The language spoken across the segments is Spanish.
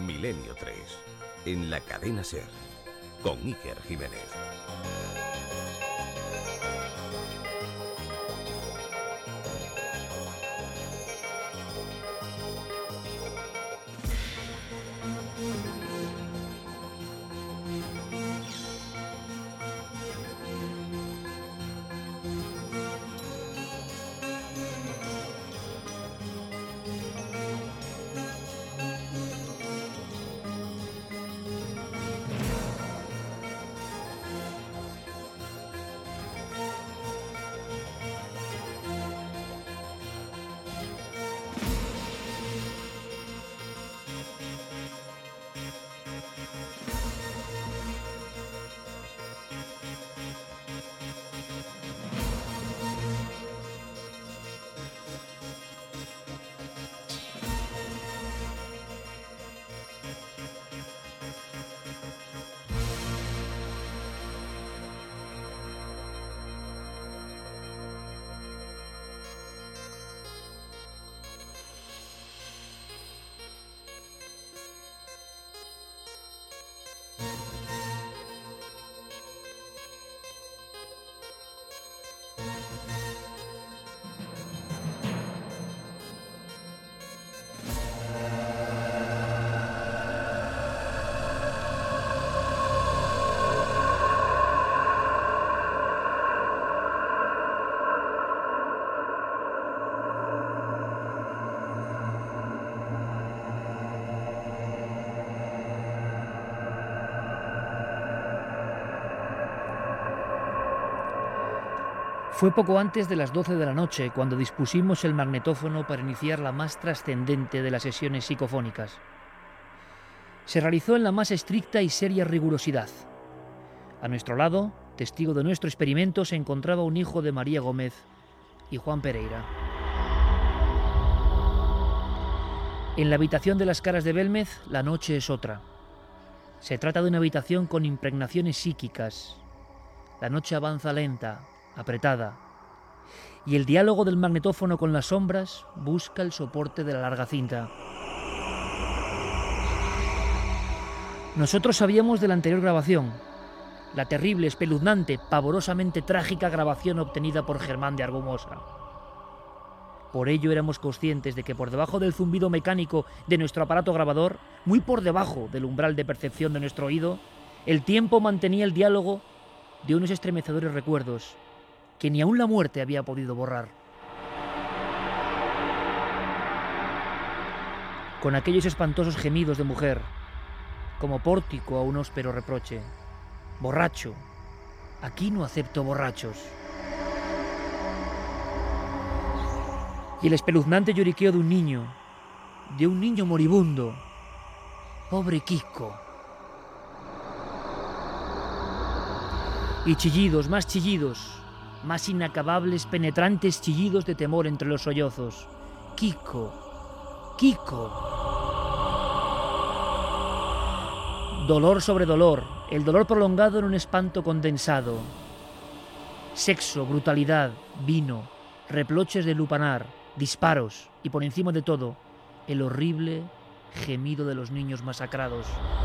Milenio 3, en la cadena SER, con Iker Jiménez. Fue poco antes de las 12 de la noche cuando dispusimos el magnetófono para iniciar la más trascendente de las sesiones psicofónicas. Se realizó en la más estricta y seria rigurosidad. A nuestro lado, testigo de nuestro experimento, se encontraba un hijo de María Gómez y Juan Pereira. En la habitación de las Caras de Belmez, la noche es otra. Se trata de una habitación con impregnaciones psíquicas. La noche avanza lenta, apretada, y el diálogo del magnetófono con las sombras busca el soporte de la larga cinta. Nosotros sabíamos de la anterior grabación, la terrible, espeluznante, pavorosamente trágica grabación obtenida por Germán de Argumosa. Por ello éramos conscientes de que por debajo del zumbido mecánico de nuestro aparato grabador, muy por debajo del umbral de percepción de nuestro oído, el tiempo mantenía el diálogo de unos estremecedores recuerdos que ni aun la muerte había podido borrar. Con aquellos espantosos gemidos de mujer, como pórtico a un áspero reproche. Borracho, aquí no acepto borrachos. Y el espeluznante lloriqueo de un niño moribundo. Pobre Kiko. Y chillidos, más inacabables, penetrantes chillidos de temor entre los sollozos. Kiko, Kiko. Dolor sobre dolor, el dolor prolongado en un espanto condensado. Sexo, brutalidad, vino, reproches de lupanar, disparos y por encima de todo, el horrible gemido de los niños masacrados.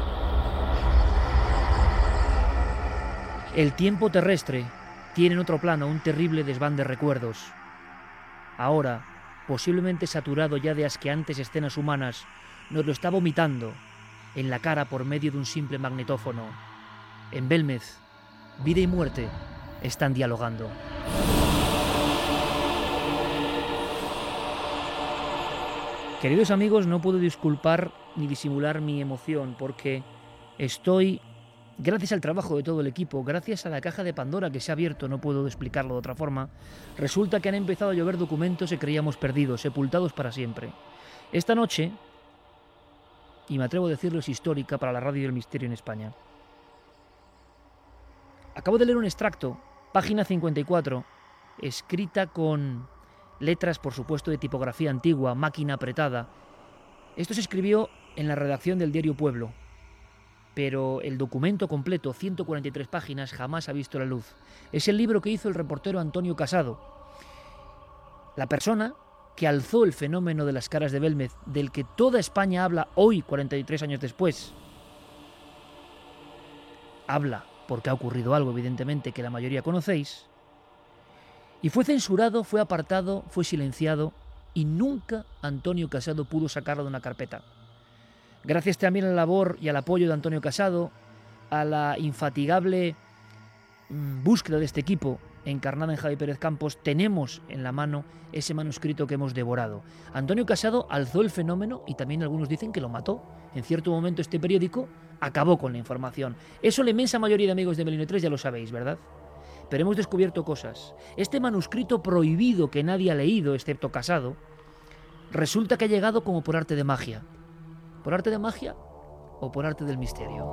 El tiempo terrestre tiene en otro plano un terrible desván de recuerdos. Ahora, posiblemente saturado ya de asqueantes escenas humanas, nos lo está vomitando en la cara por medio de un simple magnetófono. En Belmez, vida y muerte están dialogando. Queridos amigos, no puedo disculpar ni disimular mi emoción porque estoy, gracias al trabajo de todo el equipo, gracias a la caja de Pandora que se ha abierto, no puedo explicarlo de otra forma, resulta que han empezado a llover documentos que creíamos perdidos, sepultados para siempre. Esta noche, y me atrevo a decirlo, es histórica para la radio del misterio en España. Acabo de leer un extracto, página 54, escrita con letras, por supuesto, de tipografía antigua, máquina apretada. Esto se escribió en la redacción del diario Pueblo, pero el documento completo, 143 páginas, jamás ha visto la luz. Es el libro que hizo el reportero Antonio Casado. La persona que alzó el fenómeno de las caras de Belmez, del que toda España habla hoy, 43 años después. Habla porque ha ocurrido algo, evidentemente, que la mayoría conocéis. Y fue censurado, fue apartado, fue silenciado y nunca Antonio Casado pudo sacarlo de una carpeta. Gracias también a la labor y al apoyo de Antonio Casado, a la infatigable búsqueda de este equipo encarnada en Javi Pérez Campos, tenemos en la mano ese manuscrito que hemos devorado. Antonio Casado alzó el fenómeno y también algunos dicen que lo mató. En cierto momento este periódico acabó con la información. Eso la inmensa mayoría de amigos de Milenio 3 ya lo sabéis, ¿verdad? Pero hemos descubierto cosas. Este manuscrito prohibido que nadie ha leído, excepto Casado, resulta que ha llegado como por arte de magia. ¿Por arte de magia o por arte del misterio?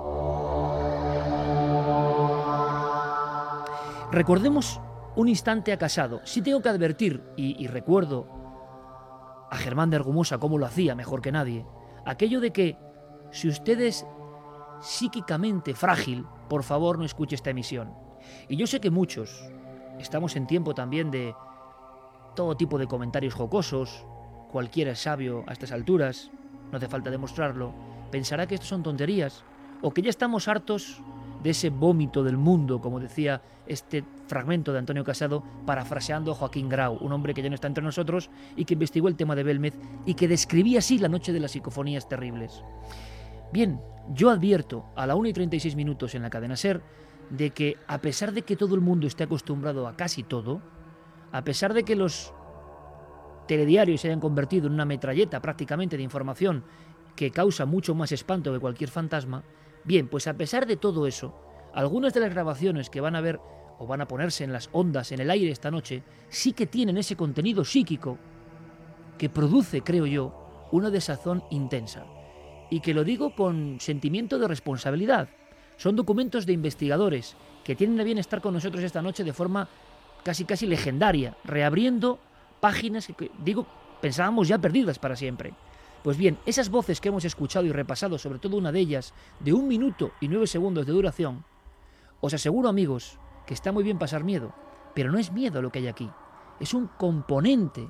Recordemos un instante a Casado. Sí tengo que advertir, y recuerdo a Germán de Argumosa cómo lo hacía mejor que nadie, aquello de que si usted es psíquicamente frágil, por favor no escuche esta emisión. Y yo sé que muchos estamos en tiempo también de todo tipo de comentarios jocosos. Cualquiera es sabio a estas alturas, no hace falta demostrarlo, pensará que esto son tonterías o que ya estamos hartos de ese vómito del mundo, como decía este fragmento de Antonio Casado, parafraseando a Joaquín Grau, un hombre que ya no está entre nosotros y que investigó el tema de Belmez y que describía así la noche de las psicofonías terribles. Bien, yo advierto a la 1:36 en la cadena SER de que a pesar de que todo el mundo esté acostumbrado a casi todo, a pesar de que los telediarios se hayan convertido en una metralleta prácticamente de información que causa mucho más espanto que cualquier fantasma, bien, pues a pesar de todo eso, algunas de las grabaciones que van a ver o van a ponerse en las ondas, en el aire esta noche, sí que tienen ese contenido psíquico que produce, creo yo, una desazón intensa. Y que lo digo con sentimiento de responsabilidad. Son documentos de investigadores que tienen a bien estar con nosotros esta noche de forma casi legendaria, reabriendo páginas que, digo, pensábamos ya perdidas para siempre. Pues bien, esas voces que hemos escuchado y repasado, sobre todo una de ellas, de 1 minuto y 9 segundos de duración, os aseguro, amigos, que está muy bien pasar miedo, pero no es miedo lo que hay aquí. Es un componente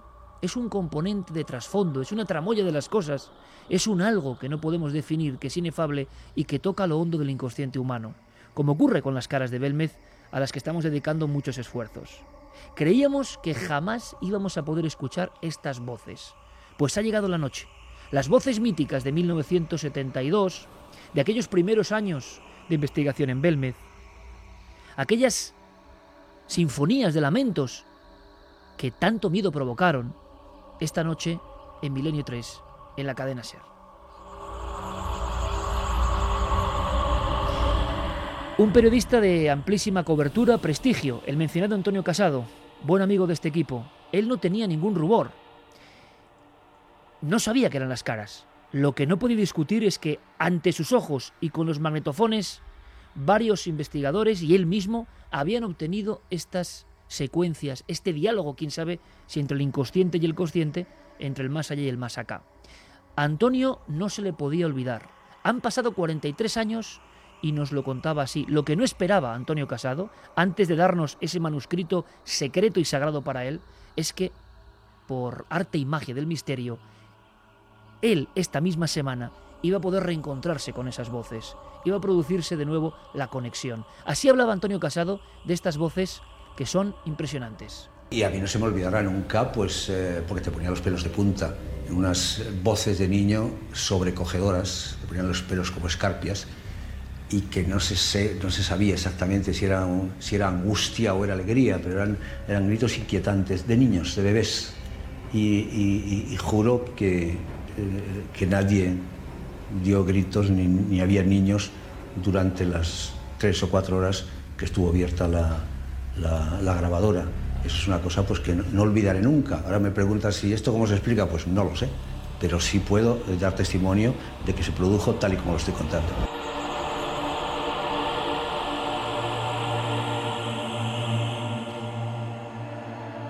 de trasfondo, es una tramoya de las cosas, es un algo que no podemos definir, que es inefable y que toca lo hondo del inconsciente humano, como ocurre con las caras de Belmez, a las que estamos dedicando muchos esfuerzos. Creíamos que jamás íbamos a poder escuchar estas voces, pues ha llegado la noche. Las voces míticas de 1972, de aquellos primeros años de investigación en Belmez, aquellas sinfonías de lamentos que tanto miedo provocaron, esta noche en Milenio 3, en la cadena SER. Un periodista de amplísima cobertura, prestigio, el mencionado Antonio Casado, buen amigo de este equipo. Él no tenía ningún rubor. No sabía qué eran las caras. Lo que no podía discutir es que ante sus ojos y con los magnetofones, varios investigadores y él mismo habían obtenido estas secuencias, este diálogo, quién sabe si entre el inconsciente y el consciente, entre el más allá y el más acá. A Antonio no se le podía olvidar. Han pasado 43 años y nos lo contaba así. Lo que no esperaba Antonio Casado, antes de darnos ese manuscrito secreto y sagrado para él, es que, por arte y magia del misterio, él, esta misma semana, iba a poder reencontrarse con esas voces. Iba a producirse de nuevo la conexión. Así hablaba Antonio Casado de estas voces que son impresionantes. Y a mí no se me olvidará nunca, pues, porque te ponía los pelos de punta. Unas voces de niño sobrecogedoras, te ponían los pelos como escarpias, y que no se sabía exactamente si era angustia o era alegría, pero eran gritos inquietantes de niños, de bebés. Y juro que nadie dio gritos ni había niños durante las 3 o 4 horas que estuvo abierta la grabadora. Eso es una cosa pues, que no olvidaré nunca. Ahora me preguntas si esto cómo se explica, pues no lo sé, pero sí puedo dar testimonio de que se produjo tal y como lo estoy contando.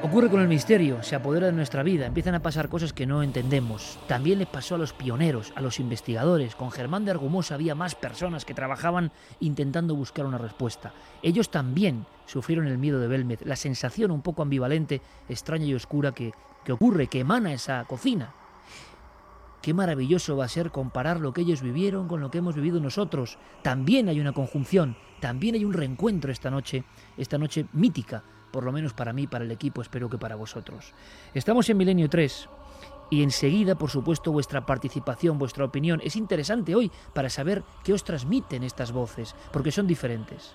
Ocurre con el misterio, se apodera de nuestra vida, empiezan a pasar cosas que no entendemos. También le pasó a los pioneros, a los investigadores. Con Germán de Argumosa había más personas que trabajaban intentando buscar una respuesta. Ellos también sufrieron el miedo de Belmez, la sensación un poco ambivalente, extraña y oscura que ocurre, que emana esa cocina. Qué maravilloso va a ser comparar lo que ellos vivieron con lo que hemos vivido nosotros. También hay una conjunción, también hay un reencuentro esta noche mítica, por lo menos para mí, para el equipo, espero que para vosotros. Estamos en Milenio 3 y enseguida, por supuesto, vuestra participación, vuestra opinión. Es interesante hoy para saber qué os transmiten estas voces, porque son diferentes.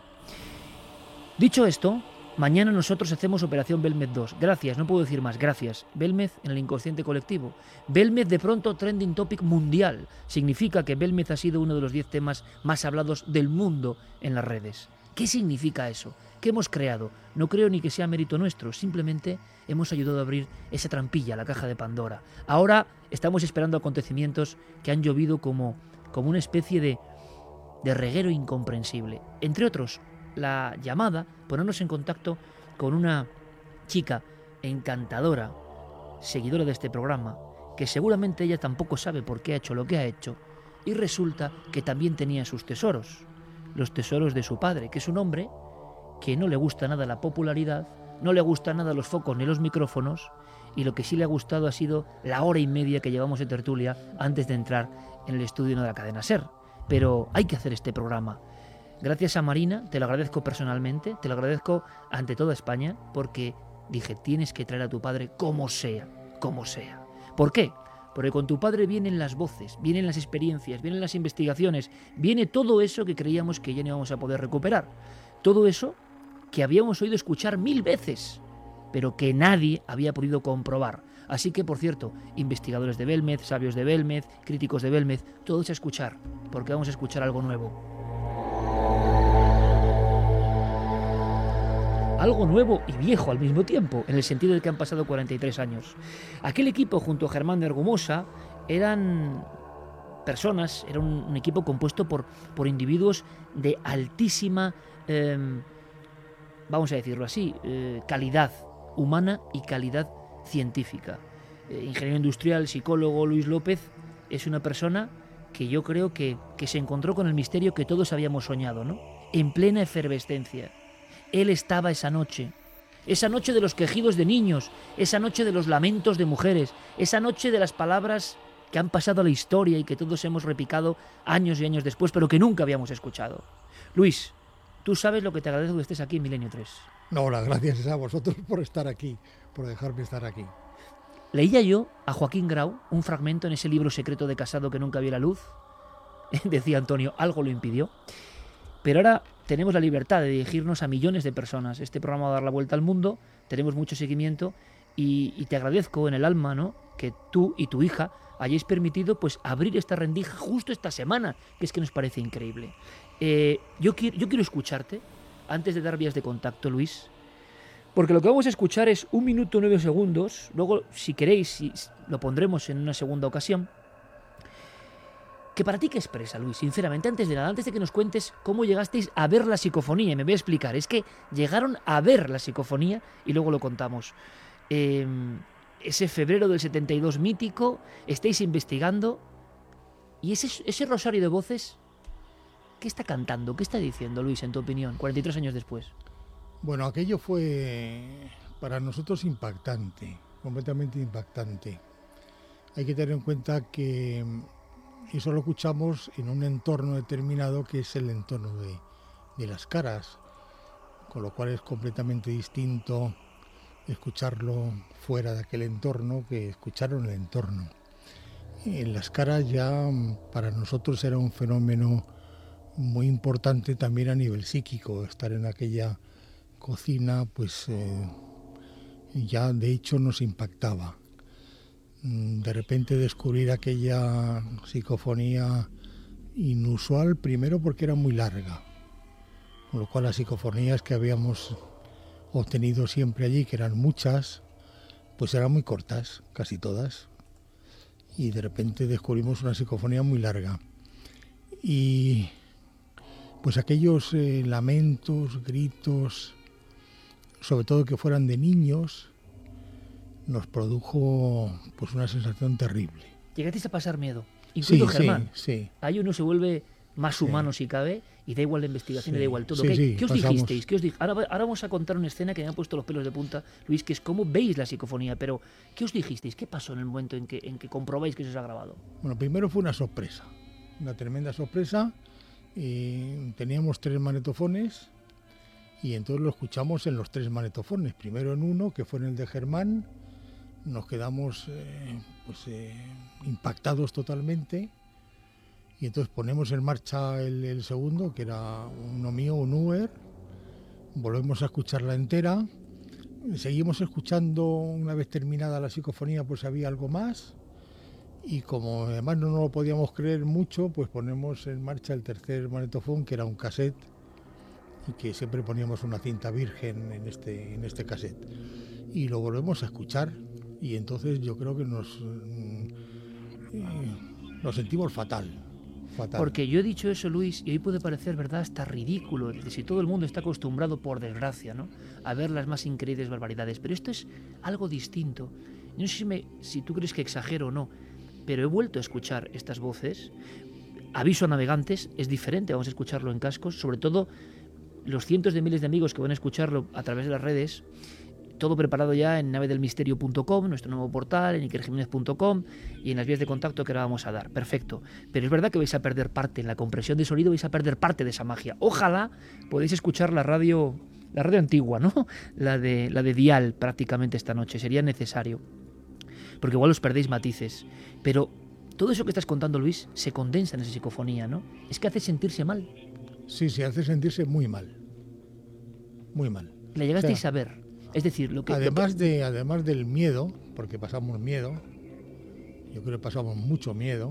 Dicho esto, mañana nosotros hacemos Operación Belmez 2. Gracias, no puedo decir más, gracias. Belmez en el inconsciente colectivo. Belmez de pronto trending topic mundial. Significa que Belmez ha sido uno de los 10 temas más hablados del mundo en las redes. ¿Qué significa eso? ¿Qué hemos creado? No creo ni que sea mérito nuestro, simplemente hemos ayudado a abrir esa trampilla, la caja de Pandora. Ahora estamos esperando acontecimientos que han llovido como una especie de reguero incomprensible. Entre otros, la llamada, ponernos en contacto con una chica encantadora, seguidora de este programa, que seguramente ella tampoco sabe por qué ha hecho lo que ha hecho, y resulta que también tenía sus tesoros, los tesoros de su padre, que es un hombre que no le gusta nada la popularidad, no le gusta nada los focos ni los micrófonos, y lo que sí le ha gustado ha sido la hora y media que llevamos de tertulia antes de entrar en el estudio de la cadena SER. Pero hay que hacer este programa. Gracias a Marina, te lo agradezco personalmente, te lo agradezco ante toda España, porque dije, tienes que traer a tu padre como sea, como sea. ¿Por qué? Porque con tu padre vienen las voces, vienen las experiencias, vienen las investigaciones, viene todo eso que creíamos que ya no íbamos a poder recuperar. Todo eso que habíamos oído escuchar 1000 veces, pero que nadie había podido comprobar. Así que, por cierto, investigadores de Belmez, sabios de Belmez, críticos de Belmez, todos a escuchar, porque vamos a escuchar algo nuevo. Algo nuevo y viejo al mismo tiempo, en el sentido de que han pasado 43 años. Aquel equipo junto a Germán de Argumosa eran personas, era un equipo compuesto por individuos de altísima, vamos a decirlo así, calidad humana y calidad científica. Ingeniero industrial, psicólogo, Luis López es una persona que yo creo que se encontró con el misterio que todos habíamos soñado, ¿no? En plena efervescencia. Él estaba esa noche de los quejidos de niños, esa noche de los lamentos de mujeres, esa noche de las palabras que han pasado a la historia y que todos hemos repicado años y años después, pero que nunca habíamos escuchado. Luis, tú sabes lo que te agradezco que estés aquí en Milenio 3. No, las gracias es a vosotros por estar aquí, por dejarme estar aquí. Leía yo a Joaquín Grau un fragmento en ese libro secreto de Casado que nunca vio la luz. Decía Antonio, algo lo impidió. Pero ahora tenemos la libertad de dirigirnos a millones de personas. Este programa va a dar la vuelta al mundo, tenemos mucho seguimiento y te agradezco en el alma, ¿no?, que tú y tu hija hayáis permitido pues abrir esta rendija justo esta semana, que es que nos parece increíble. Yo quiero escucharte antes de dar vías de contacto, Luis, porque lo que vamos a escuchar es 1 minuto 9 segundos. Luego, si queréis, lo pondremos en una segunda ocasión. ¿Que para ti qué expresa, Luis? Sinceramente, antes de nada, antes de que nos cuentes cómo llegasteis a ver la psicofonía, y me voy a explicar, es que llegaron a ver la psicofonía y luego lo contamos. Ese febrero del 72 mítico, estáis investigando y ese rosario de voces, ¿qué está cantando? ¿Qué está diciendo, Luis, en tu opinión, 43 años después? Bueno, aquello fue para nosotros impactante, completamente impactante. Hay que tener en cuenta que eso lo escuchamos en un entorno determinado que es el entorno de las caras, con lo cual es completamente distinto escucharlo fuera de aquel entorno que escucharlo en el entorno. En las caras ya para nosotros era un fenómeno muy importante también a nivel psíquico, estar en aquella cocina pues ya de hecho nos impactaba. De repente descubrir aquella psicofonía inusual, primero porque era muy larga, con lo cual las psicofonías que habíamos obtenido siempre allí, que eran muchas, pues eran muy cortas, casi todas, y de repente descubrimos una psicofonía muy larga. Y pues aquellos lamentos, gritos, sobre todo que fueran de niños, nos produjo pues una sensación terrible. Llegasteis a pasar miedo, incluso Germán. Sí. Ahí uno se vuelve más humano si cabe, y da igual la investigación, y da igual todo. Sí, ¿Qué os pasamos. dijisteis? Ahora vamos a contar una escena que me ha puesto los pelos de punta, Luis, que es cómo veis la psicofonía, pero ¿qué os dijisteis? ¿Qué pasó en el momento en que comprobáis que se os ha grabado? Bueno, primero fue una sorpresa, una tremenda sorpresa. Teníamos 3 magnetofones y entonces lo escuchamos en los 3 magnetofones. Primero en uno, que fue en el de Germán, nos quedamos impactados totalmente. Y entonces ponemos en marcha el segundo, que era uno mío, un Uher, volvemos a escucharla entera, seguimos escuchando una vez terminada la psicofonía, pues había algo más, y como además no nos lo podíamos creer mucho, pues ponemos en marcha el tercer magnetofón, que era un cassette, y que siempre poníamos una cinta virgen en este cassette. Y lo volvemos a escuchar, y entonces yo creo que nos sentimos fatal. Porque yo he dicho eso, Luis, y hoy puede parecer verdad hasta ridículo, si todo el mundo está acostumbrado, por desgracia, ¿no?, a ver las más increíbles barbaridades, pero esto es algo distinto. No sé si tú crees que exagero o no, pero he vuelto a escuchar estas voces. Aviso a navegantes, es diferente, vamos a escucharlo en cascos, sobre todo los cientos de miles de amigos que van a escucharlo a través de las redes. Todo preparado ya en navedelmisterio.com, nuestro nuevo portal, en ikerjimenez.com y en las vías de contacto que ahora vamos a dar. Perfecto. Pero es verdad que vais a perder parte, en la compresión de sonido vais a perder parte de esa magia. Ojalá podáis escuchar la radio antigua, ¿no? La de Dial prácticamente esta noche. Sería necesario. Porque igual os perdéis matices. Pero todo eso que estás contando, Luis, se condensa en esa psicofonía, ¿no? Es que hace sentirse mal. Sí, hace sentirse muy mal. Muy mal. La llegasteis a ver. Es decir, además del miedo, porque pasamos miedo, yo creo que pasamos mucho miedo,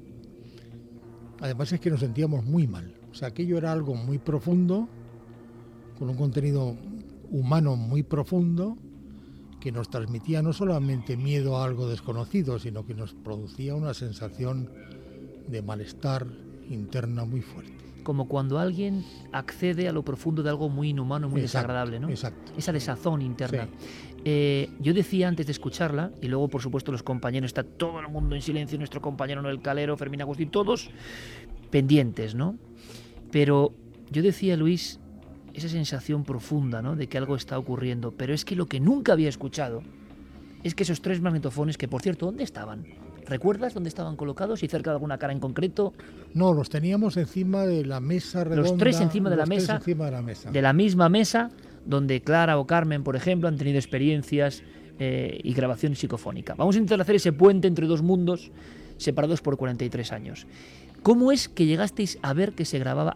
además es que nos sentíamos muy mal. O sea, aquello era algo muy profundo, con un contenido humano muy profundo, que nos transmitía no solamente miedo a algo desconocido, sino que nos producía una sensación de malestar interna muy fuerte. Como cuando alguien accede a lo profundo de algo muy inhumano, muy desagradable, ¿no? Exacto. Esa desazón interna. Sí. Yo decía antes de escucharla, y luego por supuesto los compañeros, está todo el mundo en silencio, nuestro compañero Noel Calero, Fermín Agustín, todos pendientes, ¿no? Pero yo decía, Luis, esa sensación profunda, ¿no?, de que algo está ocurriendo, pero es que lo que nunca había escuchado es que esos 3 magnetofones, que por cierto, ¿dónde estaban? ¿Recuerdas dónde estaban colocados y cerca de alguna cara en concreto? No, los teníamos encima de la mesa redonda. Los 3 encima de la mesa. De la misma mesa donde Clara o Carmen, por ejemplo, han tenido experiencias y grabación psicofónica. Vamos a intentar hacer ese puente entre 2 mundos separados por 43 años. ¿Cómo es que llegasteis a ver que se grababa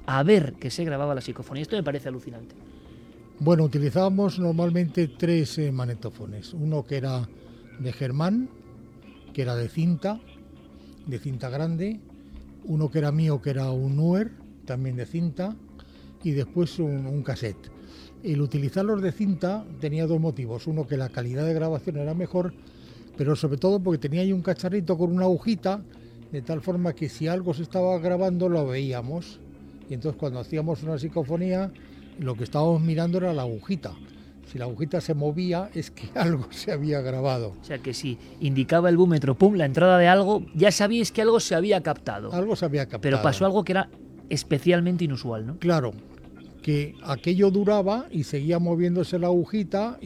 la psicofonía? Esto me parece alucinante. Bueno, utilizábamos normalmente 3 magnetofones. Uno que era de Germán, que era de cinta grande, uno que era mío, que era un Uher, también de cinta, y después un cassette. El utilizarlos de cinta tenía 2 motivos. Uno, que la calidad de grabación era mejor, pero sobre todo porque tenía ahí un cacharrito con una agujita, de tal forma que si algo se estaba grabando lo veíamos. Y entonces cuando hacíamos una psicofonía, lo que estábamos mirando era la agujita. Si la agujita se movía, es que algo se había grabado. O sea que si indicaba el búmetro, pum, la entrada de algo, ya sabíais que algo se había captado. Algo se había captado. Pero pasó algo que era especialmente inusual, ¿no? Claro, que aquello duraba y seguía moviéndose la agujita,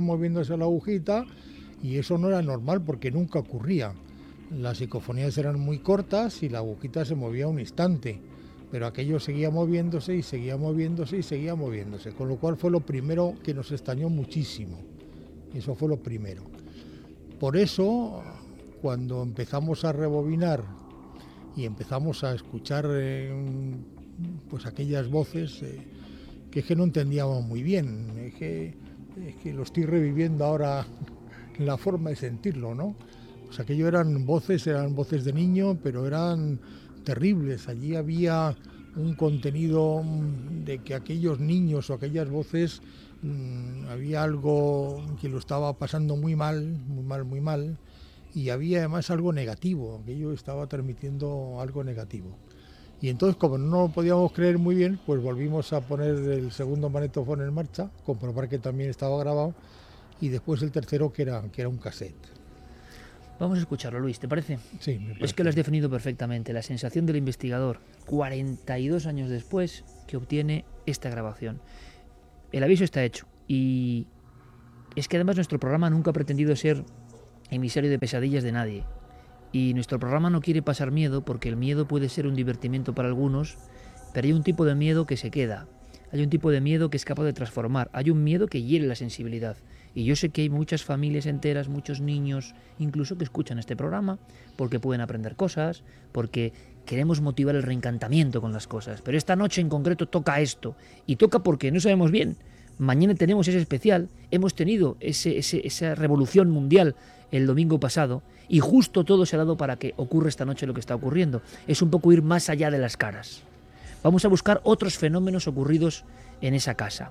y eso no era normal porque nunca ocurría. Las psicofonías eran muy cortas y la agujita se movía un instante. Pero aquello seguía moviéndose, con lo cual fue lo primero que nos extrañó muchísimo. Eso fue lo primero. Por eso, cuando empezamos a rebobinar y empezamos a escuchar pues aquellas voces que es que no entendíamos muy bien, es que lo estoy reviviendo ahora la forma de sentirlo, ¿no? Pues aquello eran voces de niño, pero eran terribles. Allí había un contenido de que aquellos niños o aquellas voces había algo que lo estaba pasando muy mal, y había además algo negativo. Aquello estaba transmitiendo algo negativo. Y entonces, como no lo podíamos creer muy bien, pues volvimos a poner el segundo magnetofón en marcha, comprobar que también estaba grabado, y después el tercero que era un cassette. Vamos a escucharlo, Luis, ¿te parece? Sí, me parece. Es que lo has definido perfectamente, la sensación del investigador, 42 años después, que obtiene esta grabación. El aviso está hecho, y es que además nuestro programa nunca ha pretendido ser emisario de pesadillas de nadie. Y nuestro programa no quiere pasar miedo, porque el miedo puede ser un divertimento para algunos, pero hay un tipo de miedo que se queda. Hay un tipo de miedo que es capaz de transformar. Hay un miedo que hiere la sensibilidad. Y yo sé que hay muchas familias enteras, muchos niños, incluso que escuchan este programa, porque pueden aprender cosas, porque queremos motivar el reencantamiento con las cosas. Pero esta noche en concreto toca esto. Y toca porque no sabemos bien. Mañana tenemos ese especial. Hemos tenido esa revolución mundial el domingo pasado. Y justo todo se ha dado para que ocurra esta noche lo que está ocurriendo. Es un poco ir más allá de las caras. Vamos a buscar otros fenómenos ocurridos en esa casa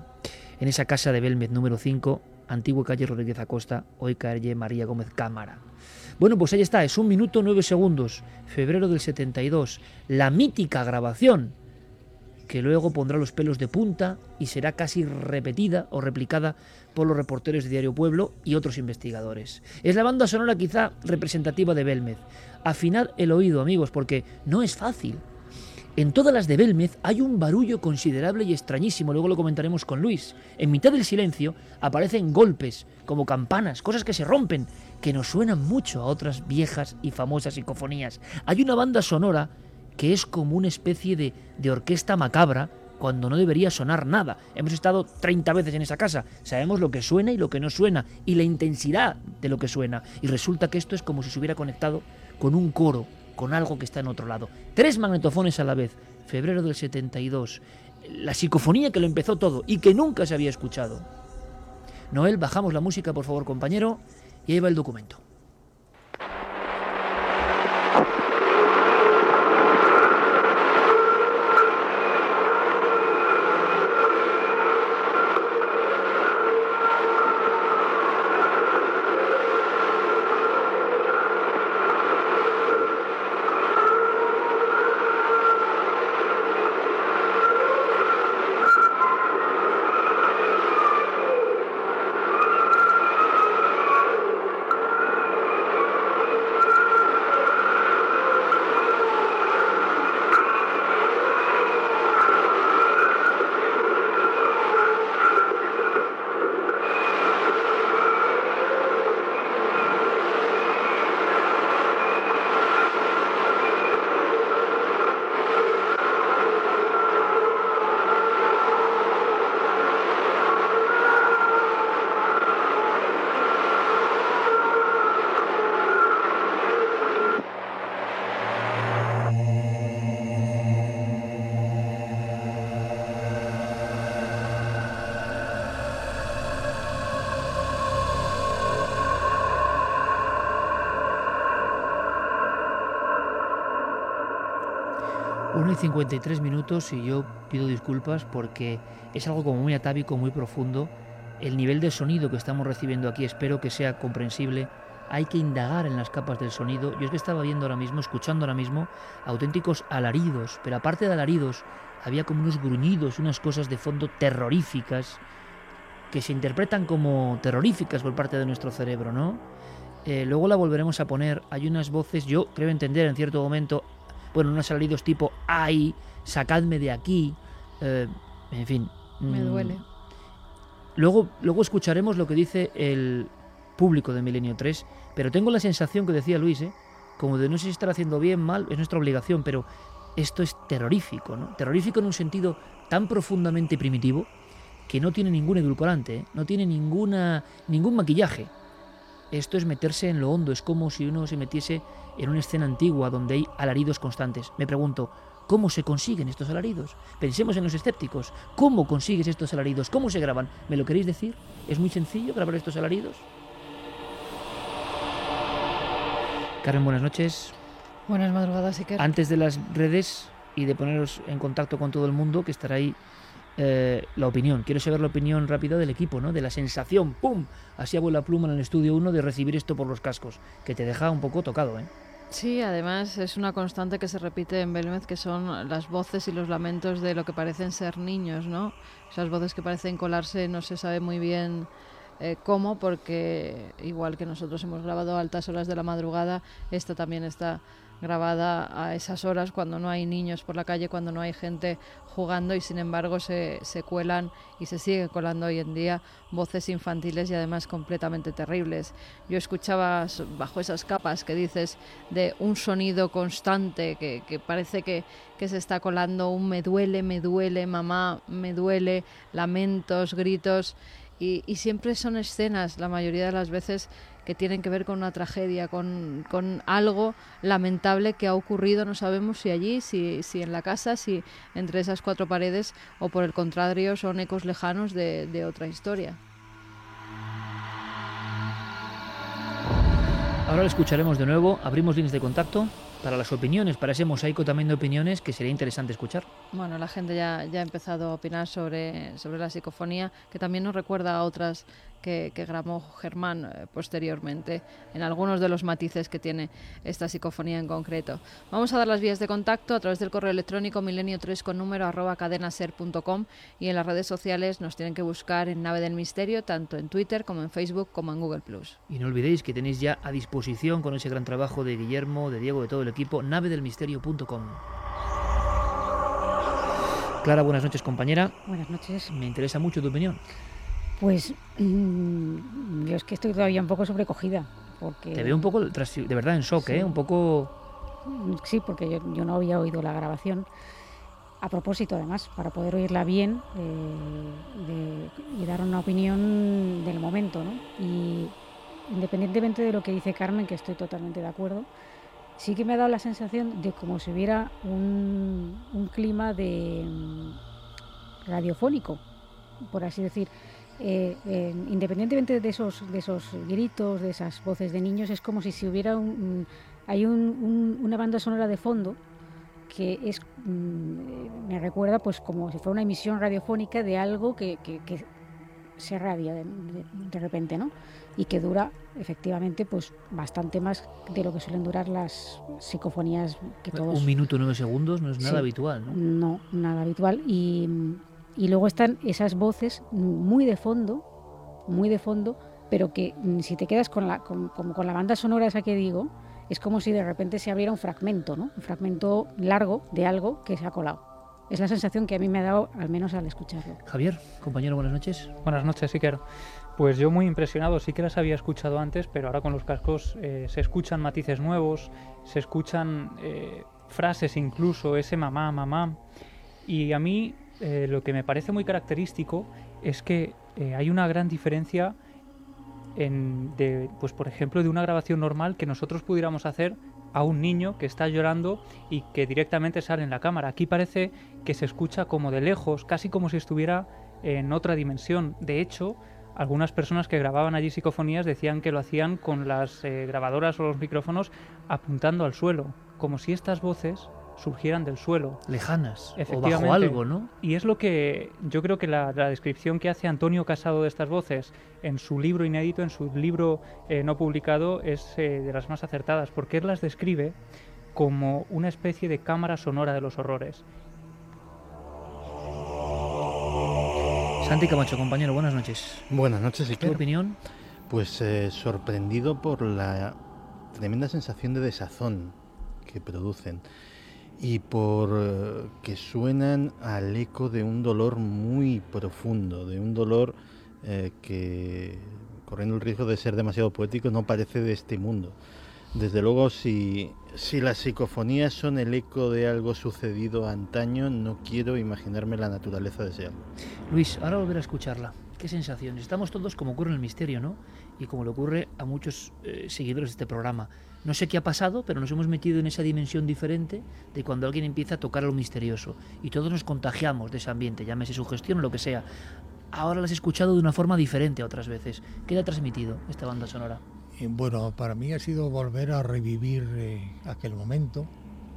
de Belmez número 5, antigua calle Rodríguez Acosta, hoy calle María Gómez Cámara. Bueno, pues ahí está, es 1 minuto 9 segundos, febrero del 72, la mítica grabación que luego pondrá los pelos de punta y será casi repetida o replicada por los reporteros de Diario Pueblo y otros investigadores. Es la banda sonora quizá representativa de Belmez. Afinad el oído, amigos, porque no es fácil. En todas las de Belmez hay un barullo considerable y extrañísimo, luego lo comentaremos con Luis. En mitad del silencio aparecen golpes, como campanas, cosas que se rompen, que nos suenan mucho a otras viejas y famosas psicofonías. Hay una banda sonora que es como una especie de orquesta macabra, cuando no debería sonar nada. Hemos estado 30 veces en esa casa, sabemos lo que suena y lo que no suena, y la intensidad de lo que suena. Y resulta que esto es como si se hubiera conectado con un coro, con algo que está en otro lado. 3 magnetofones a la vez, febrero del 72, la psicofonía que lo empezó todo y que nunca se había escuchado. Noel, bajamos la música, por favor, compañero, y ahí va el documento. Y 53 minutos y yo pido disculpas porque es algo como muy atávico, muy profundo. El nivel de sonido que estamos recibiendo aquí espero que sea comprensible. Hay que indagar en las capas del sonido. Yo es que estaba viendo ahora mismo, escuchando ahora mismo, auténticos alaridos, pero aparte de alaridos había como unos gruñidos, unas cosas de fondo terroríficas que se interpretan como terroríficas por parte de nuestro cerebro, ¿no? Luego la volveremos a poner. Hay unas voces, yo creo entender en cierto momento, bueno, unos alaridos tipo ¡ay! ¡Sacadme de aquí! En fin. Me duele. Luego escucharemos lo que dice el público de Milenio 3, pero tengo la sensación que decía Luis, como de no sé si estar haciendo bien, mal, es nuestra obligación, pero esto es terrorífico, ¿no? Terrorífico en un sentido tan profundamente primitivo que no tiene ningún edulcorante, no tiene ningún maquillaje. Esto es meterse en lo hondo, es como si uno se metiese en una escena antigua donde hay alaridos constantes. Me pregunto, ¿cómo se consiguen estos alaridos? Pensemos en los escépticos. ¿Cómo consigues estos alaridos? ¿Cómo se graban? ¿Me lo queréis decir? ¿Es muy sencillo grabar estos alaridos? Carmen, buenas noches. Buenas madrugadas, Iker. Antes de las redes y de poneros en contacto con todo el mundo, que estará ahí la opinión. Quiero saber la opinión rápida del equipo, ¿no? De la sensación, ¡pum! Así abuela pluma en el estudio 1 de recibir esto por los cascos, que te deja un poco tocado, ¿eh? Sí, además es una constante que se repite en Belmez, que son las voces y los lamentos de lo que parecen ser niños, ¿no? Esas voces que parecen colarse, no se sabe muy bien cómo, porque igual que nosotros hemos grabado a altas horas de la madrugada, esta también está grabada a esas horas, cuando no hay niños por la calle, cuando no hay gente jugando, y sin embargo se cuelan y se siguen colando hoy en día voces infantiles y además completamente terribles. Yo escuchaba bajo esas capas que dices de un sonido constante que parece que se está colando un me duele, mamá, me duele, lamentos, gritos, y siempre son escenas, la mayoría de las veces, que tienen que ver con una tragedia, con algo lamentable que ha ocurrido. No sabemos si allí, si en la casa, si entre esas cuatro paredes, o por el contrario son ecos lejanos de otra historia. Ahora lo escucharemos de nuevo, abrimos líneas de contacto para las opiniones, para ese mosaico también de opiniones que sería interesante escuchar. Bueno, la gente ya ha empezado a opinar sobre la psicofonía, que también nos recuerda a otras que grabó Germán posteriormente, en algunos de los matices que tiene esta psicofonía en concreto. Vamos a dar las vías de contacto a través del correo electrónico milenio3@cadenaser.com, y en las redes sociales nos tienen que buscar en Nave del Misterio, tanto en Twitter como en Facebook como en Google+. Y no olvidéis que tenéis ya a disposición, con ese gran trabajo de Guillermo, de Diego, de todo el equipo, navedelmisterio.com. Clara, buenas noches, compañera. Buenas noches. Me interesa mucho tu opinión. Pues yo es que estoy todavía un poco sobrecogida, porque... Te veo un poco, de verdad, en shock, Sí. Un poco... Sí, porque yo no había oído la grabación. A propósito, además, para poder oírla bien y dar una opinión del momento, ¿no? Y independientemente de lo que dice Carmen, que estoy totalmente de acuerdo, sí que me ha dado la sensación de como si hubiera un clima de radiofónico, por así decir. Independientemente de esos gritos, de esas voces de niños, es como si hubiera una banda sonora de fondo que es me recuerda pues como si fuera una emisión radiofónica de algo que se radia de repente, ¿no? Y que dura efectivamente pues bastante más de lo que suelen durar las psicofonías que todos... 1 minuto 9 segundos no es nada Sí. habitual, ¿no? No, nada habitual. Y luego están esas voces muy de fondo, pero que si te quedas con la banda sonora esa que digo, es como si de repente se abriera un fragmento, ¿no? Un fragmento largo de algo que se ha colado. Es la sensación que a mí me ha dado, al menos al escucharlo. Javier, compañero, buenas noches. Buenas noches, Iker. Pues yo muy impresionado, sí que las había escuchado antes, pero ahora con los cascos se escuchan matices nuevos, se escuchan frases incluso, ese mamá, mamá. Y a mí lo que me parece muy característico es que hay una gran diferencia pues por ejemplo, de una grabación normal que nosotros pudiéramos hacer a un niño que está llorando y que directamente sale en la cámara. Aquí parece que se escucha como de lejos, casi como si estuviera en otra dimensión. De hecho, algunas personas que grababan allí psicofonías decían que lo hacían con las grabadoras o los micrófonos apuntando al suelo, como si estas voces surgieran del suelo. Lejanas, o Efectivamente. bajo algo, ¿no? Y es lo que yo creo que la descripción que hace Antonio Casado de estas voces en su libro inédito, en su libro no publicado, es de las más acertadas, porque él las describe como una especie de cámara sonora de los horrores. Santi Camacho, compañero, buenas noches. Buenas noches, ¿Tu Iker. opinión? Pues sorprendido por la tremenda sensación de desazón que producen y por que suenan al eco de un dolor muy profundo, de un dolor que, corriendo el riesgo de ser demasiado poético, no parece de este mundo. Desde luego, si las psicofonías son el eco de algo sucedido antaño, no quiero imaginarme la naturaleza de ese algo. Luis, ahora volver a escucharla. ¿Qué sensaciones? Estamos todos como ocurre en el misterio, ¿no? Y como le ocurre a muchos seguidores de este programa. No sé qué ha pasado, pero nos hemos metido en esa dimensión diferente de cuando alguien empieza a tocar lo misterioso. Y todos nos contagiamos de ese ambiente, llámese sugestión o lo que sea. Ahora las he escuchado de una forma diferente a otras veces. ¿Qué le ha transmitido esta banda sonora? Bueno, para mí ha sido volver a revivir aquel momento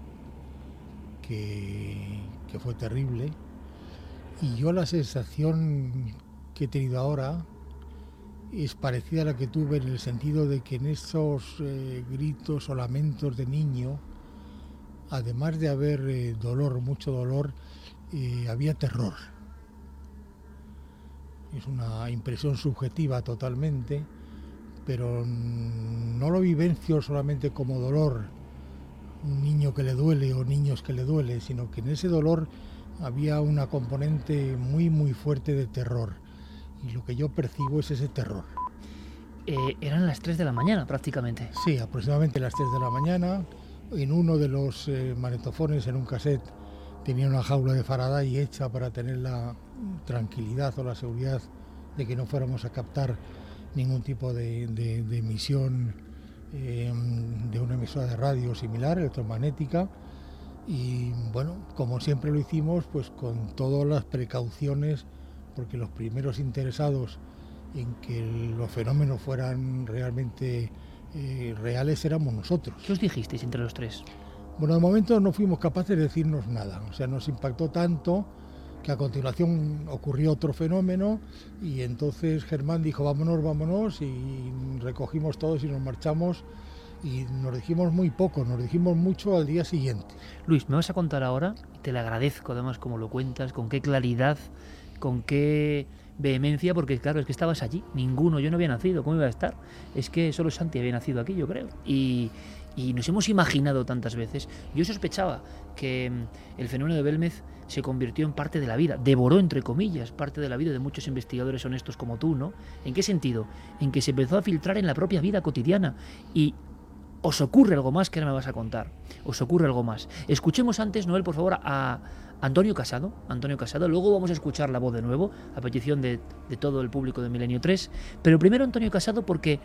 que fue terrible. Y yo la sensación que he tenido ahora es parecida a la que tuve en el sentido de que en esos gritos o lamentos de niño, además de haber dolor, mucho dolor, había terror. es una impresión subjetiva totalmente, pero no lo vivencio solamente como dolor, un niño que le duele o niños que le duele, sino que en ese dolor había una componente muy muy fuerte de terror, y lo que yo percibo es ese terror. Eran las 3 de la mañana prácticamente. Sí, aproximadamente las 3 de la mañana. En uno de los magnetofones, en un cassette, tenía una jaula de Faraday hecha para tener la tranquilidad o la seguridad de que no fuéramos a captar ningún tipo de emisión de una emisora de radio similar, electromagnética. Y bueno, como siempre lo hicimos, pues con todas las precauciones, porque los primeros interesados en que los fenómenos fueran realmente reales éramos nosotros. ¿Qué os dijisteis entre los tres? Bueno, de momento no fuimos capaces de decirnos nada, o sea, nos impactó tanto que a continuación ocurrió otro fenómeno y entonces Germán dijo vámonos, y recogimos todos y nos marchamos, y nos dijimos muy poco, nos dijimos mucho al día siguiente. Luis, me vas a contar ahora, y te lo agradezco además como lo cuentas, con qué claridad, con qué vehemencia, porque claro, es que estabas allí, yo no había nacido, ¿cómo iba a estar? Es que solo Santi había nacido aquí, yo creo, y nos hemos imaginado tantas veces. Yo sospechaba que el fenómeno de Belmez se convirtió en parte de la vida, devoró, entre comillas, parte de la vida de muchos investigadores honestos como tú, ¿no? ¿En qué sentido? En que se empezó a filtrar en la propia vida cotidiana. Y os ocurre algo más que ahora me vas a contar. Os ocurre algo más. Escuchemos antes, Noel, por favor, a Antonio Casado. Luego vamos a escuchar la voz de nuevo, a petición de todo el público de Milenio 3. Pero primero Antonio Casado, porque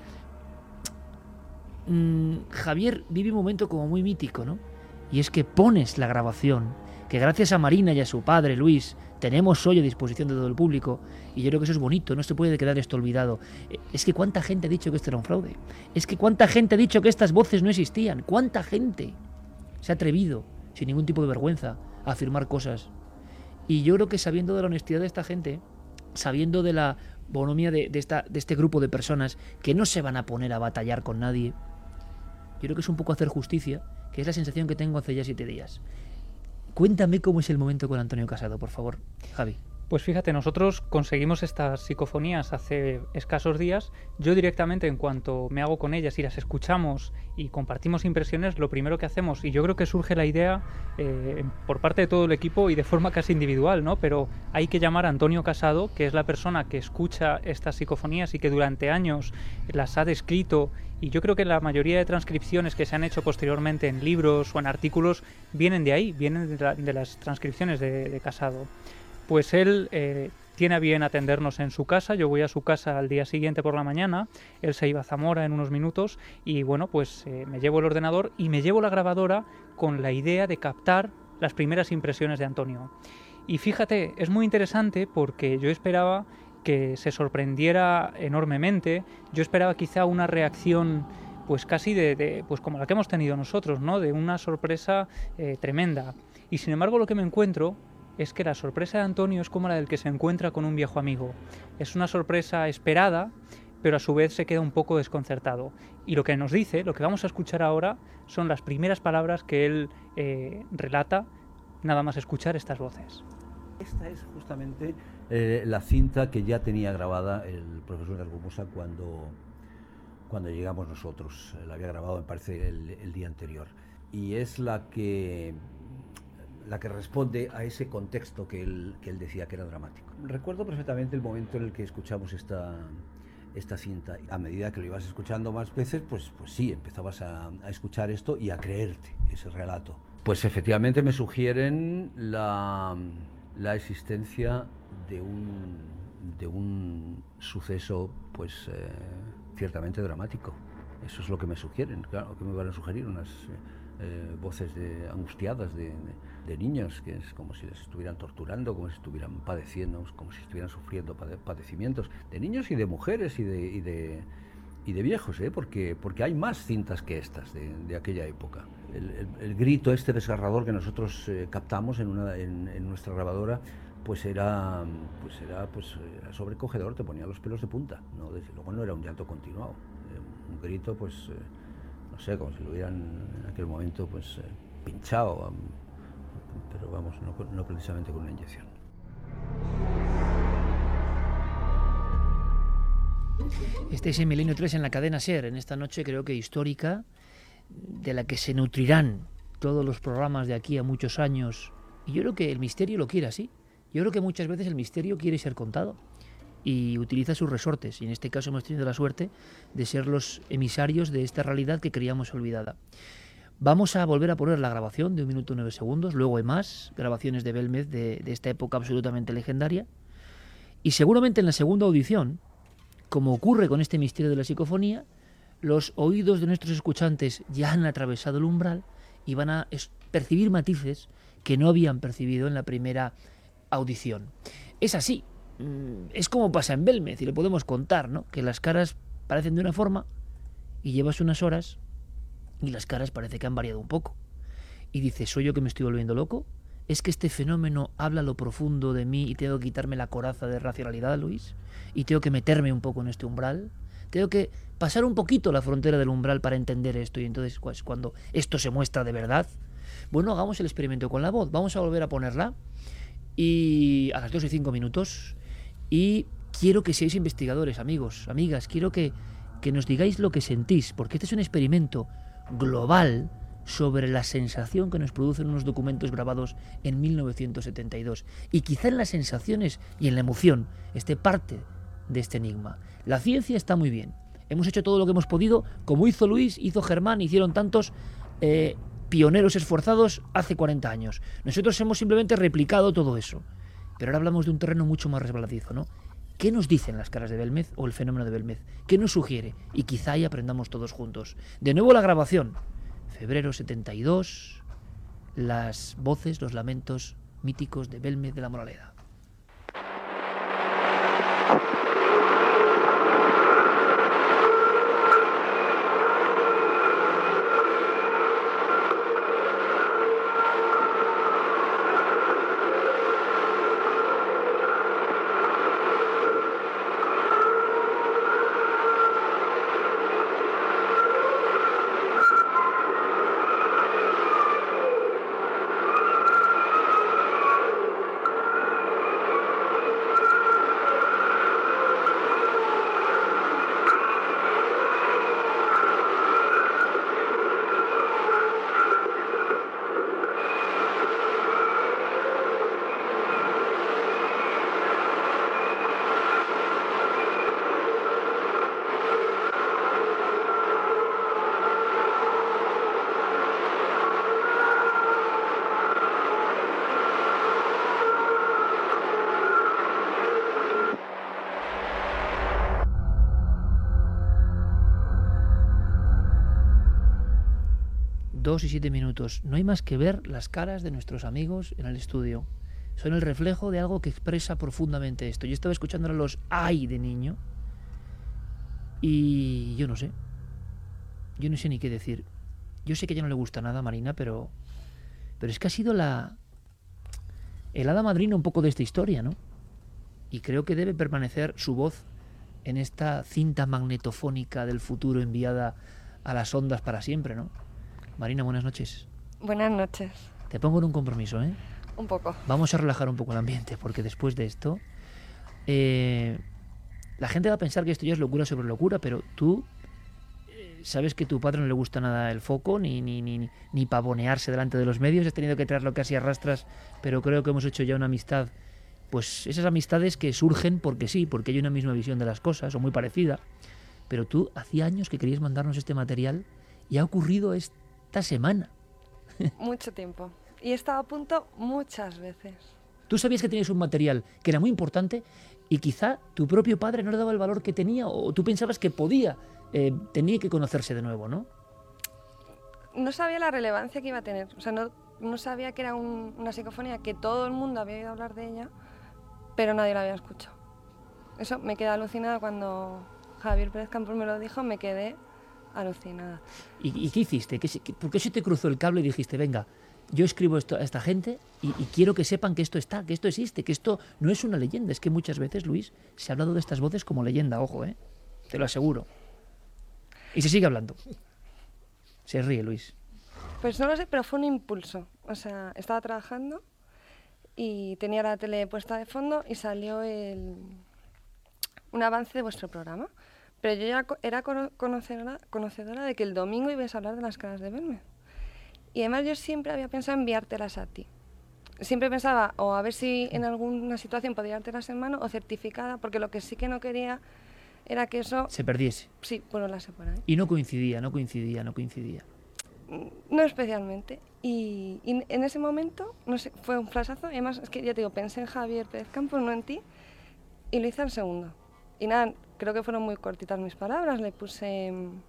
Javier vive un momento como muy mítico, ¿no? Y es que pones la grabación, que gracias a Marina y a su padre, Luis, tenemos hoy a disposición de todo el público, y yo creo que eso es bonito, no se puede quedar esto olvidado. Es que cuánta gente ha dicho que esto era un fraude, es que cuánta gente ha dicho que estas voces no existían, cuánta gente se ha atrevido, sin ningún tipo de vergüenza, a afirmar cosas. Y yo creo que sabiendo de la honestidad de esta gente, sabiendo de la bonomía de este grupo de personas que no se van a poner a batallar con nadie, yo creo que es un poco hacer justicia, que es la sensación que tengo hace ya 7 días. Cuéntame cómo es el momento con Antonio Casado, por favor, Javi. Pues fíjate, nosotros conseguimos estas psicofonías hace escasos días. Yo directamente, en cuanto me hago con ellas y las escuchamos y compartimos impresiones, lo primero que hacemos, y yo creo que surge la idea por parte de todo el equipo y de forma casi individual, ¿no? Pero hay que llamar a Antonio Casado, que es la persona que escucha estas psicofonías y que durante años las ha descrito, y yo creo que la mayoría de transcripciones que se han hecho posteriormente en libros o en artículos vienen de ahí, vienen de las transcripciones de Casado. Pues él tiene a bien atendernos en su casa. Yo voy a su casa al día siguiente por la mañana, él se iba a Zamora en unos minutos y bueno, pues me llevo el ordenador y me llevo la grabadora con la idea de captar las primeras impresiones de Antonio. Y fíjate, es muy interesante porque yo esperaba que se sorprendiera enormemente, yo esperaba quizá una reacción pues casi pues como la que hemos tenido nosotros, ¿no? De una sorpresa tremenda. Y sin embargo lo que me encuentro es que la sorpresa de Antonio es como la del que se encuentra con un viejo amigo. Es una sorpresa esperada, pero a su vez se queda un poco desconcertado. Y lo que nos dice, lo que vamos a escuchar ahora, son las primeras palabras que él relata, nada más escuchar estas voces. Esta es justamente la cinta que ya tenía grabada el profesor de Argumosa cuando llegamos nosotros. La había grabado, me parece, el día anterior. Y es la que responde a ese contexto que él decía que era dramático. Recuerdo perfectamente el momento en el que escuchamos esta cinta. A medida que lo ibas escuchando más veces, pues sí, empezabas a escuchar esto y a creerte ese relato. Pues efectivamente me sugieren la existencia de un suceso, pues ciertamente dramático. Eso es lo que me sugieren. Claro, que me van a sugerir unas voces angustiadas de niños, que es como si les estuvieran torturando, como si estuvieran padeciendo, como si estuvieran sufriendo padecimientos, de niños y de mujeres y de viejos, porque hay más cintas que estas de aquella época. El grito este desgarrador que nosotros captamos en nuestra grabadora, pues era sobrecogedor, te ponía los pelos de punta, ¿no? Desde luego no era un llanto continuado, un grito, pues no sé, como si lo hubieran en aquel momento pues pinchado, pero vamos, no precisamente con una inyección. Estáis en Milenio 3 en la cadena SER, en esta noche creo que histórica, de la que se nutrirán todos los programas de aquí a muchos años. Y yo creo que el misterio lo quiere así. Yo creo que muchas veces el misterio quiere ser contado y utiliza sus resortes. Y en este caso hemos tenido la suerte de ser los emisarios de esta realidad que creíamos olvidada. Vamos a volver a poner la grabación de 1 minuto 9 segundos, luego hay más grabaciones de Belmez de esta época absolutamente legendaria. Y seguramente en la segunda audición, como ocurre con este misterio de la psicofonía, los oídos de nuestros escuchantes ya han atravesado el umbral y van a percibir matices que no habían percibido en la primera audición. Es así, es como pasa en Belmez, y lo podemos contar, ¿no? Que las caras parecen de una forma y llevas unas horas y las caras parece que han variado un poco. Y dices, ¿soy yo que me estoy volviendo loco? ¿Es que este fenómeno habla a lo profundo de mí y tengo que quitarme la coraza de racionalidad, Luis? ¿Y tengo que meterme un poco en este umbral? ¿Tengo que pasar un poquito la frontera del umbral para entender esto? Y entonces, pues, cuando esto se muestra de verdad, bueno, hagamos el experimento con la voz. Vamos a volver a ponerla y a las 2:05. Y quiero que seáis investigadores, amigos, amigas. Quiero que nos digáis lo que sentís, porque este es un experimento global sobre la sensación que nos producen unos documentos grabados en 1972. Y quizá en las sensaciones y en la emoción esté parte de este enigma. La ciencia está muy bien. Hemos hecho todo lo que hemos podido, como hizo Luis, hizo Germán, hicieron tantos pioneros esforzados hace 40 años. Nosotros hemos simplemente replicado todo eso. Pero ahora hablamos de un terreno mucho más resbaladizo, ¿no? ¿Qué nos dicen las caras de Belmez o el fenómeno de Belmez? ¿Qué nos sugiere? Y quizá ahí aprendamos todos juntos. De nuevo la grabación. Febrero 72, las voces, los lamentos míticos de Belmez de la Moraleda. Dos y 7 minutos. No hay más que ver las caras de nuestros amigos en el estudio. Son el reflejo de algo que expresa profundamente esto. Yo estaba escuchando a los ay de niño y yo no sé. Yo no sé ni qué decir. Yo sé que ya no le gusta nada a Marina, pero es que ha sido el hada madrina un poco de esta historia, ¿no? Y creo que debe permanecer su voz en esta cinta magnetofónica del futuro enviada a las ondas para siempre, ¿no? Marina, buenas noches. Buenas noches. Te pongo en un compromiso, ¿eh? Un poco. Vamos a relajar un poco el ambiente, porque después de esto la gente va a pensar que esto ya es locura sobre locura, pero tú sabes que a tu padre no le gusta nada el foco, ni pavonearse delante de los medios. Has tenido que traerlo casi a rastras, pero creo que hemos hecho ya una amistad, pues esas amistades que surgen porque sí, porque hay una misma visión de las cosas, o muy parecida. Pero tú, hacía años que querías mandarnos este material y ha ocurrido esta semana. Mucho tiempo. Y he estado a punto muchas veces. Tú sabías que tenías un material que era muy importante y quizá tu propio padre no le daba el valor que tenía, o tú pensabas que tenía que conocerse de nuevo, ¿no? No sabía la relevancia que iba a tener. O sea, no sabía que era una psicofonía, que todo el mundo había oído hablar de ella, pero nadie la había escuchado. Eso me quedé alucinada cuando Javier Pérez Campos me lo dijo, me quedé alucinada. ¿Y qué hiciste? ¿Por qué se te cruzó el cable y dijiste, venga, yo escribo esto a esta gente y quiero que sepan que esto está, que esto existe, que esto no es una leyenda? Es que muchas veces, Luis, se ha hablado de estas voces como leyenda, ojo, te lo aseguro. Y se sigue hablando. Se ríe, Luis. Pues no lo sé, pero fue un impulso. O sea, estaba trabajando y tenía la tele puesta de fondo y salió un avance de vuestro programa. Pero yo ya era conocedora de que el domingo ibais a hablar de las caras de Belmez. Y además yo siempre había pensado enviártelas a ti. Siempre pensaba, o a ver si en alguna situación podía dártelas en mano o certificada, porque lo que sí que no quería era que eso... Se perdiese. Sí, bueno, la sé por ahí. Y no coincidía. No especialmente. Y en ese momento, no sé, fue un flashazo. Y además, es que ya te digo, pensé en Javier Pérez Campos, no en ti, y lo hice al segundo. Y nada, creo que fueron muy cortitas mis palabras. Le puse...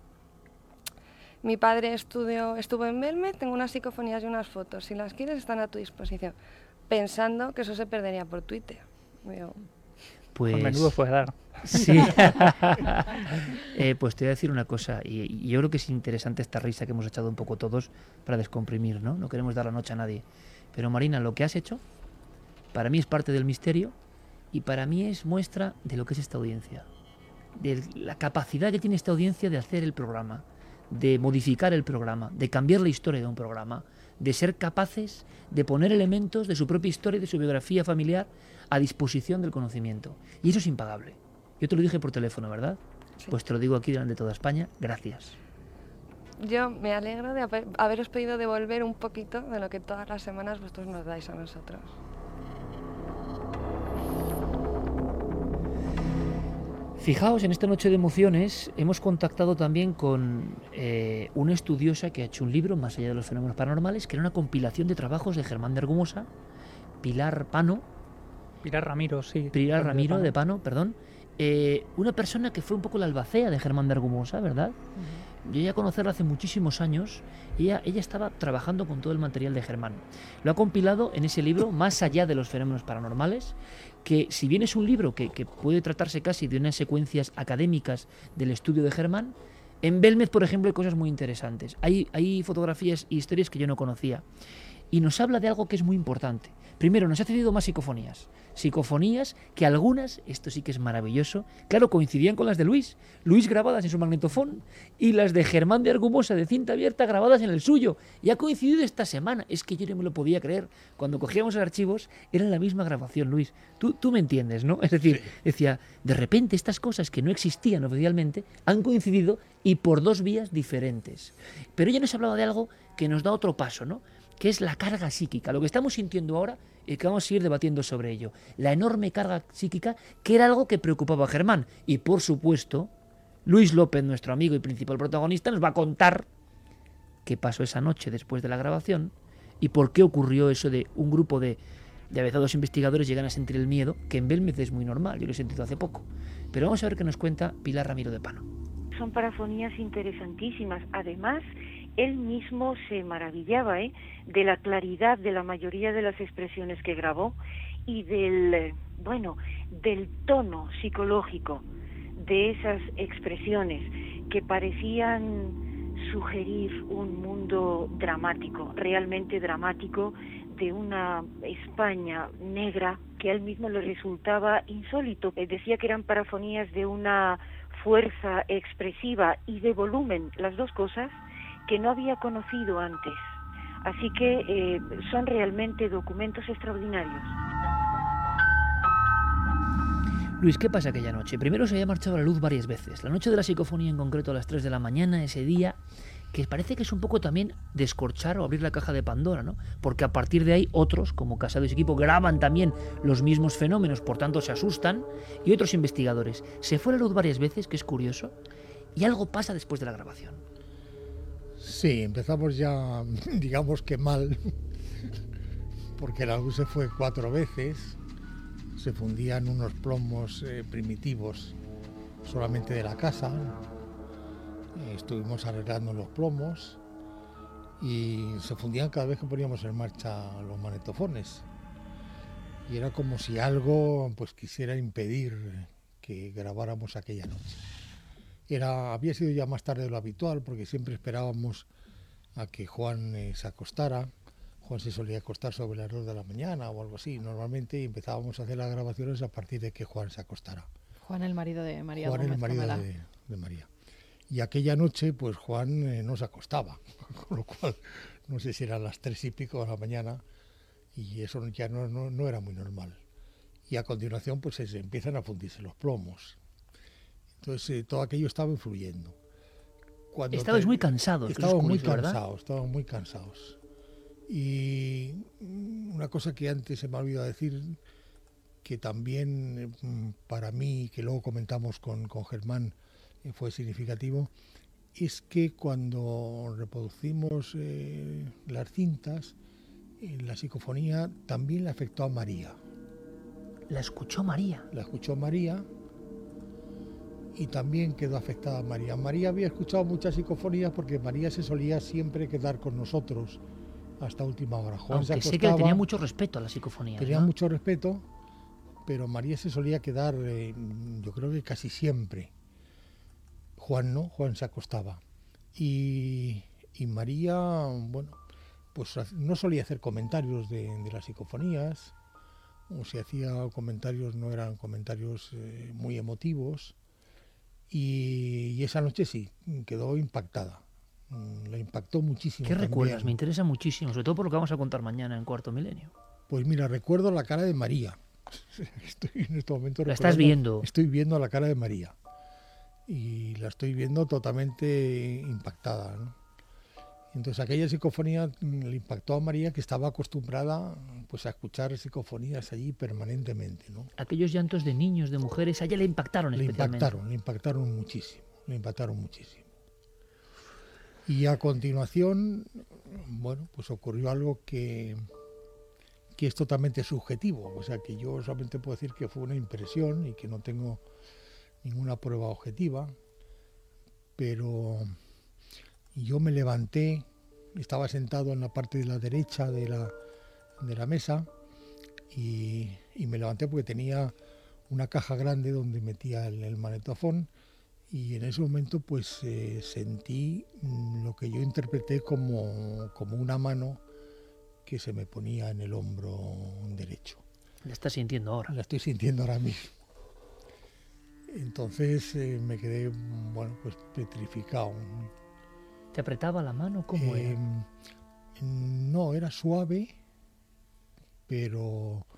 Mi padre estuvo en Belmez, tengo unas psicofonías y unas fotos. Si las quieres, están a tu disposición. Pensando que eso se perdería por Twitter. Pues menudo fue dar. Sí. Pues te voy a decir una cosa, y yo creo que es interesante esta risa que hemos echado un poco todos para descomprimir, ¿no? No queremos dar la noche a nadie. Pero Marina, lo que has hecho, para mí es parte del misterio y para mí es muestra de lo que es esta audiencia. De la capacidad que tiene esta audiencia de hacer el programa, de modificar el programa, de cambiar la historia de un programa, de ser capaces de poner elementos de su propia historia y de su biografía familiar a disposición del conocimiento. Y eso es impagable. Yo te lo dije por teléfono, ¿verdad? Sí. Pues te lo digo aquí delante de toda España. Gracias. Yo me alegro de haberos podido devolver un poquito de lo que todas las semanas vosotros nos dais a nosotros. Fijaos, en esta noche de emociones hemos contactado también con una estudiosa que ha hecho un libro, Más allá de los fenómenos paranormales, que era una compilación de trabajos de Germán de Argumosa, Pilar Ramiro de Pano, perdón. Una persona que fue un poco la albacea de Germán de Argumosa, ¿verdad? Uh-huh. Yo llegué a conocerla hace muchísimos años. Ella estaba trabajando con todo el material de Germán. Lo ha compilado en ese libro, Más allá de los fenómenos paranormales, que si bien es un libro que puede tratarse casi de unas secuencias académicas del estudio de Germán, en Belmez, por ejemplo, hay cosas muy interesantes. Hay fotografías y historias que yo no conocía. Y nos habla de algo que es muy importante. Primero, nos ha cedido más psicofonías. Psicofonías que algunas, esto sí que es maravilloso, claro, coincidían con las de Luis grabadas en su magnetofón, y las de Germán de Argumosa de cinta abierta grabadas en el suyo. Y ha coincidido esta semana. Es que yo no me lo podía creer. Cuando cogíamos los archivos, era la misma grabación, Luis. Tú me entiendes, ¿no? Es decir, sí. Decía, de repente estas cosas que no existían oficialmente han coincidido y por dos vías diferentes. Pero ella nos hablaba de algo que nos da otro paso, ¿no? Que es la carga psíquica, lo que estamos sintiendo ahora y que vamos a seguir debatiendo sobre ello. La enorme carga psíquica, que era algo que preocupaba a Germán. Y por supuesto, Luis López, nuestro amigo y principal protagonista, nos va a contar qué pasó esa noche después de la grabación y por qué ocurrió eso de un grupo de avezados investigadores llegan a sentir el miedo, que en Belmez es muy normal, yo lo he sentido hace poco. Pero vamos a ver qué nos cuenta Pilar Ramiro de Pano. Son parafonías interesantísimas. Además, él mismo se maravillaba de la claridad de la mayoría de las expresiones que grabó y del tono psicológico de esas expresiones que parecían sugerir un mundo dramático, realmente dramático, de una España negra que a él mismo le resultaba insólito. Decía que eran parafonías de una fuerza expresiva y de volumen, las dos cosas, que no había conocido antes. Así que son realmente documentos extraordinarios. Luis, ¿qué pasa aquella noche? Primero se había marchado la luz varias veces. La noche de la psicofonía en concreto a las 3 de la mañana, ese día, que parece que es un poco también descorchar o abrir la caja de Pandora, ¿no? Porque a partir de ahí otros, como Casado y su equipo, graban también los mismos fenómenos, por tanto se asustan, y otros investigadores. Se fue la luz varias veces, que es curioso, y algo pasa después de la grabación. Sí, empezamos ya, digamos que mal, porque la luz se fue 4 veces, se fundían unos plomos primitivos solamente de la casa, estuvimos arreglando los plomos y se fundían cada vez que poníamos en marcha los magnetofones. Y era como si algo pues quisiera impedir que grabáramos aquella noche. Había sido ya más tarde de lo habitual, porque siempre esperábamos a que Juan se acostara. Juan se solía acostar sobre las 2 de la mañana o algo así, normalmente, y empezábamos a hacer las grabaciones a partir de que Juan se acostara. Juan, el marido de María. Juan, el marido de María. Y aquella noche, pues Juan no se acostaba, con lo cual no sé si eran las 3 y pico de la mañana, y eso ya no era muy normal. Y a continuación, pues empiezan a fundirse los plomos. Entonces todo aquello estaba influyendo. Estabais muy cansados. Estábamos muy ¿verdad? cansados, estábamos muy cansados. Y una cosa que antes se me ha olvidado decir, que también para mí, que luego comentamos con Germán, fue significativo, es que cuando reproducimos las cintas, la psicofonía también le afectó a María. ¿La escuchó María? La escuchó María y también quedó afectada María. María había escuchado muchas psicofonías porque María se solía siempre quedar con nosotros hasta última hora. Juan Aunque sé que le tenía mucho respeto a la psicofonía. Tenía mucho respeto, pero María se solía quedar, yo creo que casi siempre. Juan no, Juan se acostaba. Y María, bueno, pues no solía hacer comentarios de las psicofonías, o si hacía comentarios no eran comentarios muy emotivos, y esa noche sí, quedó impactada. Le impactó muchísimo. ¿Qué también. recuerdas? Me interesa muchísimo, sobre todo por lo que vamos a contar mañana en Cuarto Milenio. Pues mira, recuerdo la cara de María. Estoy en este momento ¿La estás viendo? Estoy viendo la cara de María. Y la estoy viendo totalmente impactada, ¿no? Entonces aquella psicofonía le impactó a María, que estaba acostumbrada pues a escuchar psicofonías allí permanentemente, ¿no? Aquellos llantos de niños, de mujeres, a ella le impactaron especialmente. Le impactaron muchísimo. Y a continuación, bueno, pues ocurrió algo que es totalmente subjetivo, o sea que yo solamente puedo decir que fue una impresión y que no tengo ninguna prueba objetiva, pero yo me levanté, estaba sentado en la parte de la derecha de la mesa y me levanté porque tenía una caja grande donde metía el magnetofón, y en ese momento pues sentí lo que yo interpreté como una mano que se me ponía en el hombro derecho. ¿La estás sintiendo ahora? La estoy sintiendo ahora mismo. Entonces me quedé, bueno, pues petrificado. ¿Te apretaba la mano? ¿Cómo era? No, era suave, pero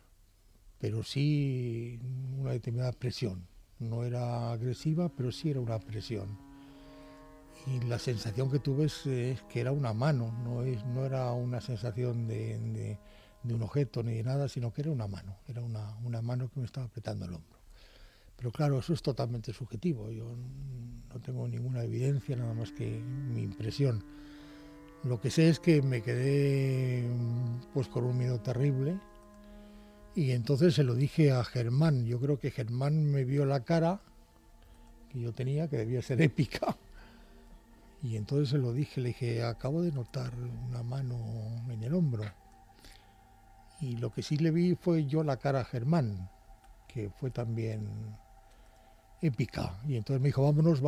sí una determinada presión. No era agresiva, pero sí era una presión. Y la sensación que tuve es que era una mano, no era una sensación de un objeto ni de nada, sino que era una mano que me estaba apretando el hombro. Pero claro, eso es totalmente subjetivo, yo no tengo ninguna evidencia, nada más que mi impresión. Lo que sé es que me quedé pues con un miedo terrible, y entonces se lo dije a Germán. Yo creo que Germán me vio la cara que yo tenía, que debía ser épica, y entonces se lo dije, le dije, acabo de notar una mano en el hombro. Y lo que sí le vi fue yo la cara a Germán, que fue también épica. Y entonces me dijo, vámonos.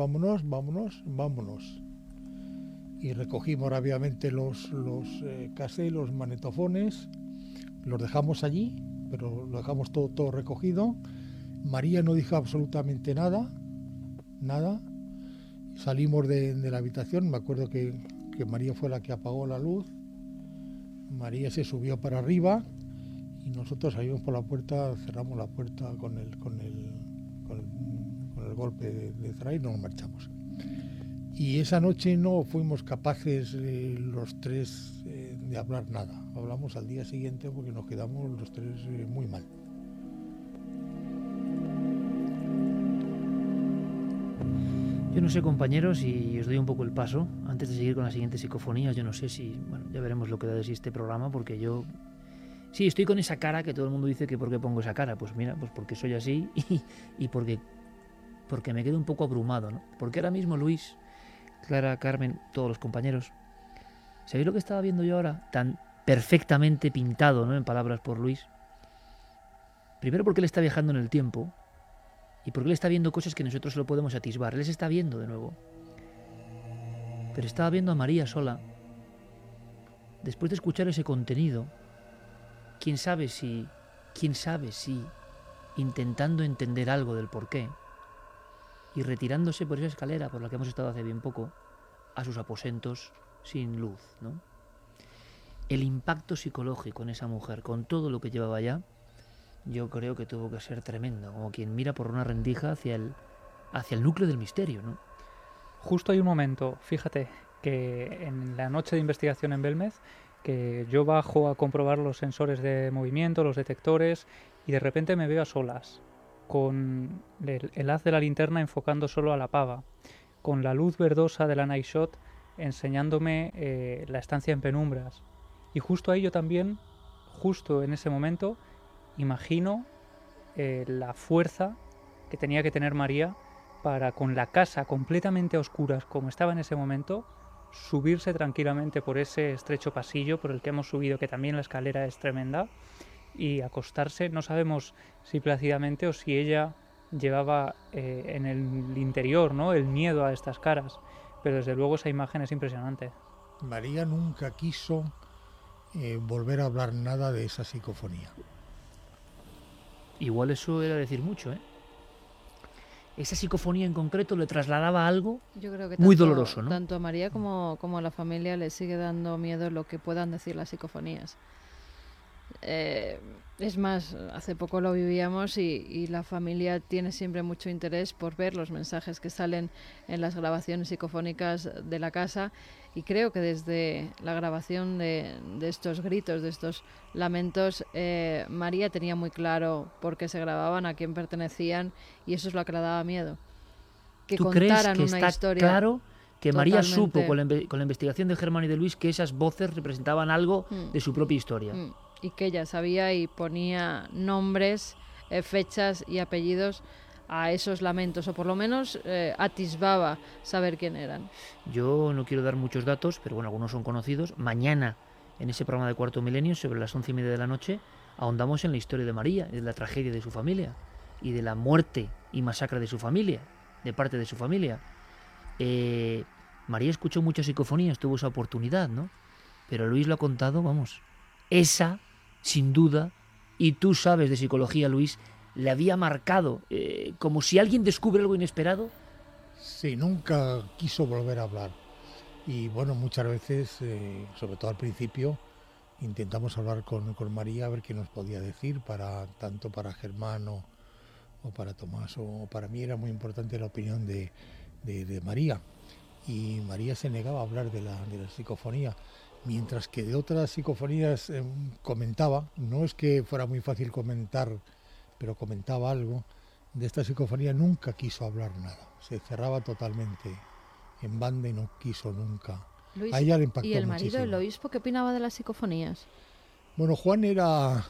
Y recogimos rápidamente los cassettes, los magnetofones, los dejamos allí, pero lo dejamos todo recogido. María no dijo absolutamente nada. Salimos de la habitación, me acuerdo que María fue la que apagó la luz. María se subió para arriba y nosotros salimos por la puerta, cerramos la puerta con el golpe de cerrar y nos marchamos. Y esa noche no fuimos capaces los tres de hablar nada. Hablamos al día siguiente porque nos quedamos los tres muy mal. Yo no sé, compañeros, y os doy un poco el paso. Antes de seguir con las siguientes psicofonías, yo no sé si... Bueno, ya veremos lo que da de sí este programa, porque yo... Sí, estoy con esa cara que todo el mundo dice que por qué pongo esa cara. Pues mira, pues porque soy así y porque me quedo un poco abrumado, ¿no? Porque ahora mismo Luis, Clara, Carmen, todos los compañeros, ¿sabéis lo que estaba viendo yo ahora? Tan perfectamente pintado, ¿no? En palabras por Luis. Primero porque él está viajando en el tiempo y porque él está viendo cosas que nosotros solo podemos atisbar. Él se está viendo de nuevo. Pero estaba viendo a María sola. Después de escuchar ese contenido, quién sabe si intentando entender algo del porqué y retirándose por esa escalera por la que hemos estado hace bien poco a sus aposentos sin luz, ¿no? El impacto psicológico en esa mujer con todo lo que llevaba ya, yo creo que tuvo que ser tremendo, como quien mira por una rendija hacia hacia el núcleo del misterio, ¿no? Justo hay un momento, fíjate, que en la noche de investigación en Belmez, que yo bajo a comprobar los sensores de movimiento, los detectores, y de repente me veo a solas, con el haz de la linterna enfocando solo a la pava, con la luz verdosa de la night shot enseñándome la estancia en penumbras. Y justo ahí yo también, justo en ese momento, imagino la fuerza que tenía que tener María para, con la casa completamente a oscuras como estaba en ese momento, subirse tranquilamente por ese estrecho pasillo por el que hemos subido, que también la escalera es tremenda, y acostarse. No sabemos si plácidamente o si ella llevaba en el interior, ¿no?, el miedo a estas caras, pero desde luego esa imagen es impresionante. María nunca quiso volver a hablar nada de esa psicofonía. Igual eso era decir mucho, ¿eh? Esa psicofonía en concreto le trasladaba algo Yo creo que muy doloroso, ¿no? Tanto a María como a la familia le sigue dando miedo lo que puedan decir las psicofonías. Es más, hace poco lo vivíamos y la familia tiene siempre mucho interés por ver los mensajes que salen en las grabaciones psicofónicas de la casa, y creo que desde la grabación de estos gritos, de estos lamentos, María tenía muy claro por qué se grababan, a quién pertenecían, y eso es lo que le daba miedo. Que ¿Tú contaran crees que una está historia claro que María supo totalmente... con la investigación de Germán y de Luis que esas voces representaban algo de su propia historia? Y que ella sabía y ponía nombres, fechas y apellidos a esos lamentos, o por lo menos atisbaba saber quién eran. Yo no quiero dar muchos datos, pero bueno, algunos son conocidos. Mañana, en ese programa de Cuarto Milenio, sobre las 11:30 de la noche, ahondamos en la historia de María, de la tragedia de su familia y de la muerte y masacre de su familia, de parte de su familia. María escuchó muchas psicofonías, tuvo esa oportunidad, ¿no? Pero Luis lo ha contado, vamos, esa, sin duda, y tú sabes de psicología, Luis, le había marcado, como si alguien descubre algo inesperado. Sí, nunca quiso volver a hablar. Y bueno, muchas veces, sobre todo al principio, intentamos hablar con María a ver qué nos podía decir, tanto para Germán o para Tomás o para mí. Era muy importante la opinión de María. Y María se negaba a hablar de la psicofonía, mientras que de otras psicofonías comentaba. No es que fuera muy fácil comentar, pero comentaba algo. De esta psicofonía nunca quiso hablar nada, se cerraba totalmente en banda y no quiso nunca. Luis, a ella le impactó ¿y el marido, muchísimo. el obispo, qué opinaba de las psicofonías? Bueno, Juan era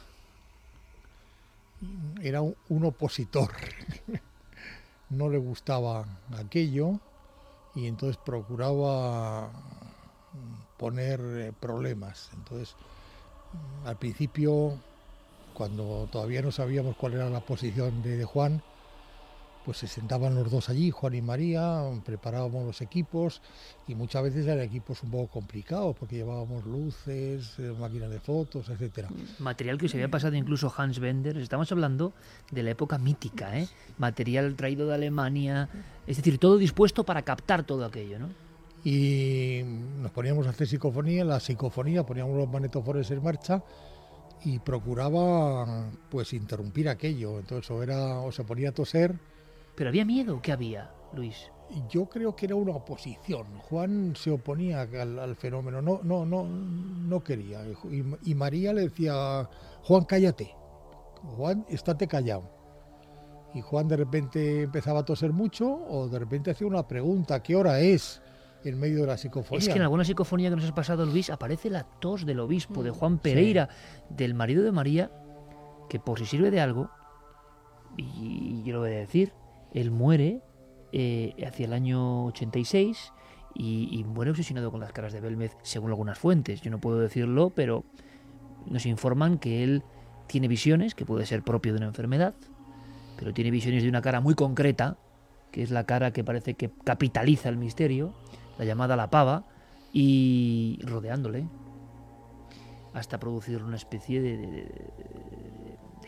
un opositor. No le gustaba aquello y entonces procuraba poner problemas. Entonces, al principio, cuando todavía no sabíamos cuál era la posición de Juan, pues se sentaban los dos allí, Juan y María, preparábamos los equipos, y muchas veces eran equipos un poco complicados porque llevábamos luces, máquinas de fotos, etcétera. Material que se había pasado incluso Hans Bender. Estamos hablando de la época mítica, ¿eh? Material traído de Alemania, es decir, todo dispuesto para captar todo aquello, ¿no? Y nos poníamos a hacer psicofonía, la psicofonía, poníamos los magnetofones en marcha y procuraba pues interrumpir aquello. Entonces o se ponía a toser. ¿Pero había miedo? ¿Qué había, Luis? Yo creo que era una oposición. Juan se oponía al fenómeno, no quería. Y María le decía: Juan, cállate. Juan, estate callado. Y Juan de repente empezaba a toser mucho, o de repente hacía una pregunta: ¿qué hora es? En medio de la psicofonía. Es que en alguna psicofonía que nos has pasado, Luis, aparece la tos del obispo, de Juan Pereira, sí, del marido de María, que por si sirve de algo, y yo lo voy a decir, él muere hacia el año 86 y muere obsesionado con las caras de Belmez, según algunas fuentes. Yo no puedo decirlo, pero nos informan que él tiene visiones, que puede ser propio de una enfermedad, pero tiene visiones de una cara muy concreta, que es la cara que parece que capitaliza el misterio, la llamada la pava, y rodeándole hasta producir una especie de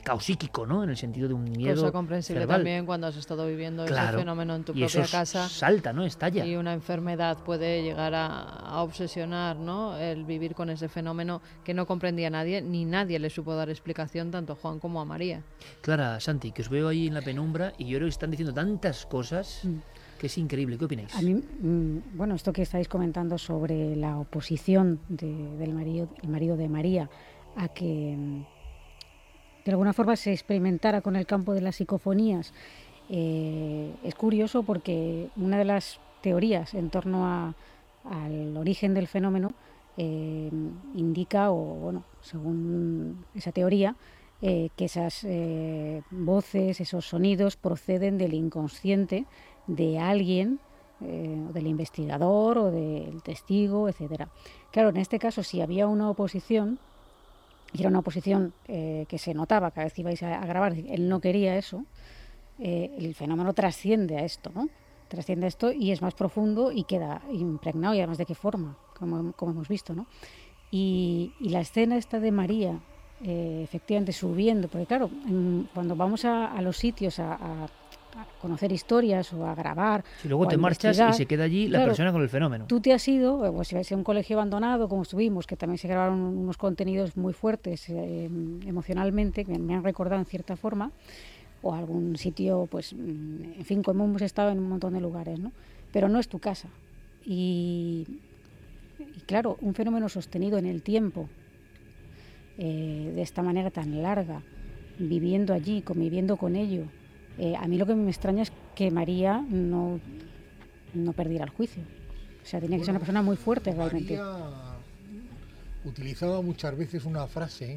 caos psíquico, ¿no? En el sentido de un miedo Cosa comprensible cerebral. también cuando has estado viviendo Claro, ese fenómeno en tu y propia eso casa. salta, ¿no? Estalla. Y una enfermedad puede llegar a obsesionar, ¿no? El vivir con ese fenómeno que no comprendía nadie, ni nadie le supo dar explicación, tanto a Juan como a María. Clara, Santi, que os veo ahí en la penumbra y yo creo que están diciendo tantas cosas que es increíble. ¿Qué opináis? A mí, bueno, esto que estáis comentando sobre la oposición del marido de María a que de alguna forma se experimentara con el campo de las psicofonías, es curioso porque una de las teorías en torno al origen del fenómeno indica, o bueno, según esa teoría, que esas voces, esos sonidos proceden del inconsciente de alguien, del investigador o del testigo, etcétera. Claro, en este caso, si había una oposición, y era una oposición que se notaba cada vez que ibais a grabar, él no quería eso, el fenómeno trasciende a esto, ¿no? Trasciende a esto y es más profundo y queda impregnado, y además de qué forma, como hemos visto, ¿no? Y la escena esta de María, efectivamente subiendo, porque claro, cuando vamos a los sitios a conocer historias o a grabar. Si luego te marchas y se queda allí la persona con el fenómeno. Tú te has ido, pues si vas a un colegio abandonado, como estuvimos, que también se grabaron unos contenidos muy fuertes emocionalmente, que me han recordado en cierta forma, o algún sitio, pues, en fin, como hemos estado en un montón de lugares, ¿no? Pero no es tu casa. Y claro, un fenómeno sostenido en el tiempo, de esta manera tan larga, viviendo allí, conviviendo con ello. A mí lo que me extraña es que María no perdiera el juicio. O sea, tenía que ser una persona muy fuerte realmente. María utilizaba muchas veces una frase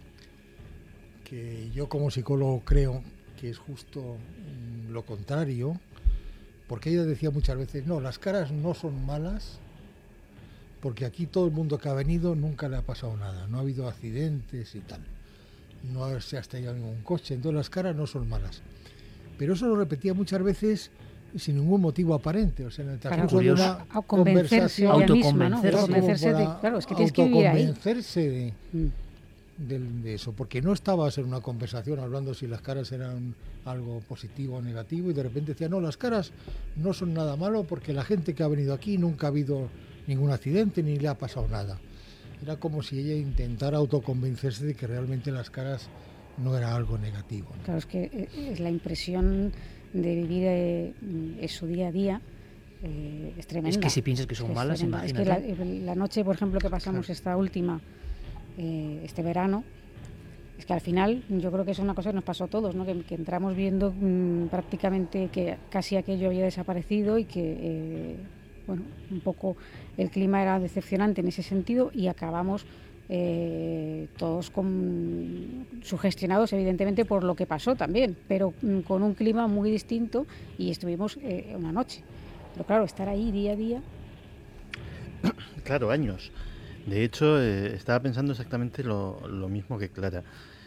que yo como psicólogo creo que es justo lo contrario, porque ella decía muchas veces, no, las caras no son malas, porque aquí todo el mundo que ha venido nunca le ha pasado nada, no ha habido accidentes y tal, no se ha estrellado ningún coche, entonces las caras no son malas. Pero eso lo repetía muchas veces sin ningún motivo aparente, o sea, en el transcurso de una conversación, autoconvencerse de, claro, es que tienes que vivir ahí. Autoconvencerse de eso, porque no estabas en una conversación hablando si las caras eran algo positivo o negativo, y de repente decía, no, las caras no son nada malo porque la gente que ha venido aquí nunca ha habido ningún accidente ni le ha pasado nada. Era como si ella intentara autoconvencerse de que realmente las caras no era algo negativo, ¿no? Claro, es que es la impresión de vivir su día a día es tremenda. Es que si piensas que son malas, imagínate. Es que la noche, por ejemplo, que pasamos esta última, este verano, es que al final yo creo que es una cosa que nos pasó a todos, ¿no? Que entramos viendo prácticamente que casi aquello había desaparecido y que, bueno, un poco el clima era decepcionante en ese sentido, y acabamos todos sugestionados evidentemente por lo que pasó también, pero con un clima muy distinto, y estuvimos una noche. Pero claro, estar ahí día a día. Claro, años. De hecho, estaba pensando exactamente lo mismo que Clara.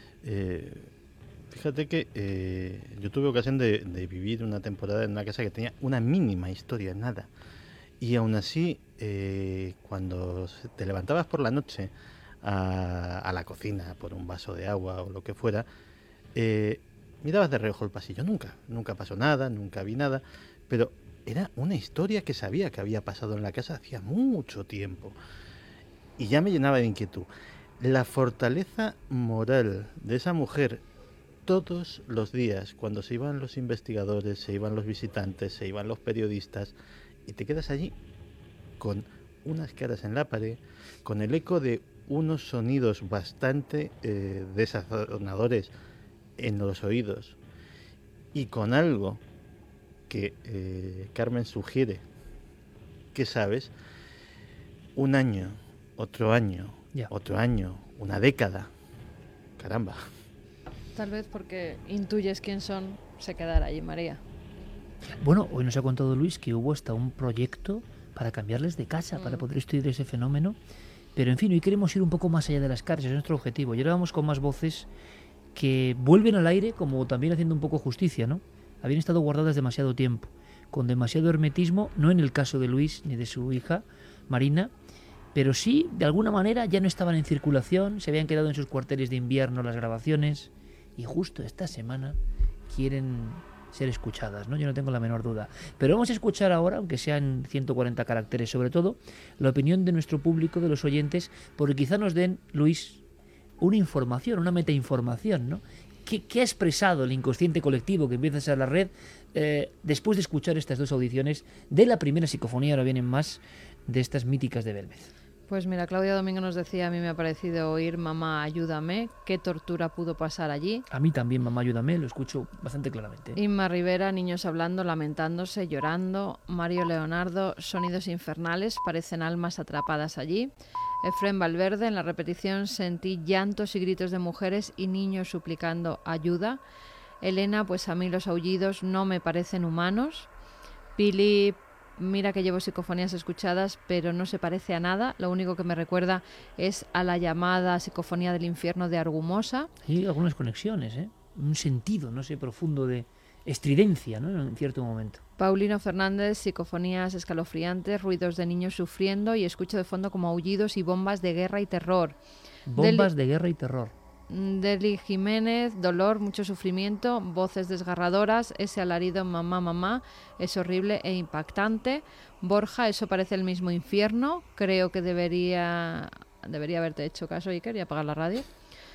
Fíjate que yo tuve ocasión de vivir una temporada en una casa que tenía una mínima historia, nada. Y aún así, cuando te levantabas por la noche a la cocina por un vaso de agua o lo que fuera, mirabas de reojo el pasillo. Nunca pasó nada, nunca vi nada, pero era una historia que sabía que había pasado en la casa hacía mucho tiempo, y ya me llenaba de inquietud. La fortaleza moral de esa mujer, todos los días, cuando se iban los investigadores, se iban los visitantes, se iban los periodistas, y te quedas allí con unas caras en la pared, con el eco de unos sonidos bastante desazonadores en los oídos, y con algo que Carmen sugiere, que sabes, un año, otro año, otro año, una década, caramba. Tal vez porque intuyes quién son, se quedará allí María. Bueno, hoy nos ha contado Luis que hubo hasta un proyecto para cambiarles de casa, para poder estudiar ese fenómeno. Pero en fin, hoy queremos ir un poco más allá de las caras, es nuestro objetivo. Y ahora vamos con más voces que vuelven al aire, como también haciendo un poco justicia, ¿no? Habían estado guardadas demasiado tiempo, con demasiado hermetismo, no en el caso de Luis ni de su hija, Marina, pero sí, de alguna manera, ya no estaban en circulación, se habían quedado en sus cuarteles de invierno las grabaciones, y justo esta semana quieren ser escuchadas, ¿no? Yo no tengo la menor duda. Pero vamos a escuchar ahora, aunque sean 140 caracteres, sobre todo, la opinión de nuestro público, de los oyentes, porque quizá nos den, Luis, una información, una metainformación, ¿no? ¿Qué ha expresado el inconsciente colectivo que empieza a ser la red después de escuchar estas dos audiciones de la primera psicofonía? Ahora vienen más de estas míticas de Belmez. Pues mira, Claudia Domingo nos decía, a mí me ha parecido oír Mamá, ayúdame, qué tortura pudo pasar allí. A mí también, Mamá, ayúdame, lo escucho bastante claramente. Inma Rivera, niños hablando, lamentándose, llorando. Mario Leonardo, sonidos infernales, parecen almas atrapadas allí. Efrén Valverde, en la repetición sentí llantos y gritos de mujeres y niños suplicando ayuda. Elena, pues a mí los aullidos no me parecen humanos. Pili, mira que llevo psicofonías escuchadas, pero no se parece a nada. Lo único que me recuerda es a la llamada Psicofonía del Infierno de Argumosa. Hay algunas conexiones, un sentido, no sé, profundo de estridencia, ¿no? En cierto momento. Paulino Fernández, psicofonías escalofriantes, ruidos de niños sufriendo y escucho de fondo como aullidos y bombas de guerra y terror. Bombas de guerra y terror. Deli Jiménez, dolor, mucho sufrimiento, voces desgarradoras, ese alarido mamá, mamá, es horrible e impactante. Borja, eso parece el mismo infierno, creo que debería haberte hecho caso, Iker, y apagar la radio.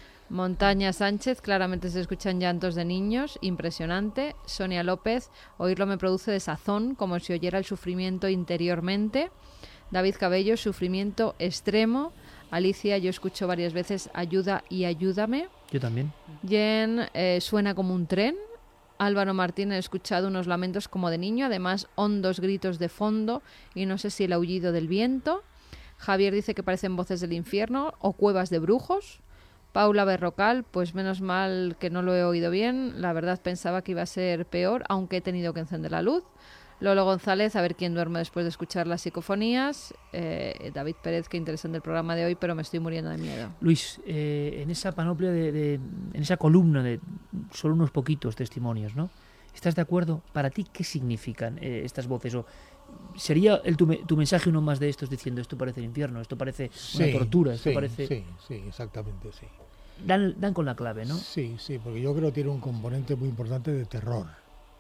Montaña Sánchez, claramente se escuchan llantos de niños, impresionante. Sonia López, oírlo me produce desazón, como si oyera el sufrimiento interiormente. David Cabello, sufrimiento extremo. Alicia, yo escucho varias veces ayuda y ayúdame. Yo también. Jen, suena como un tren. Álvaro Martín, he escuchado unos lamentos como de niño, además hondos gritos de fondo y no sé si el aullido del viento. Javier dice que parecen voces del infierno o cuevas de brujos. Paula Berrocal, pues menos mal que no lo he oído bien, la verdad pensaba que iba a ser peor, aunque he tenido que encender la luz. Lolo González, a ver quién duerme después de escuchar las psicofonías. David Pérez, qué interesante el programa de hoy, pero me estoy muriendo de miedo. Luis, en esa panoplia, en esa columna de solo unos poquitos testimonios, ¿no? ¿Estás de acuerdo? ¿Para ti qué significan estas voces? ¿O sería tu mensaje uno más de estos diciendo esto parece el infierno, esto parece una tortura, esto parece... Sí, exactamente, sí. Dan con la clave, ¿no? Sí, porque yo creo que tiene un componente muy importante de terror.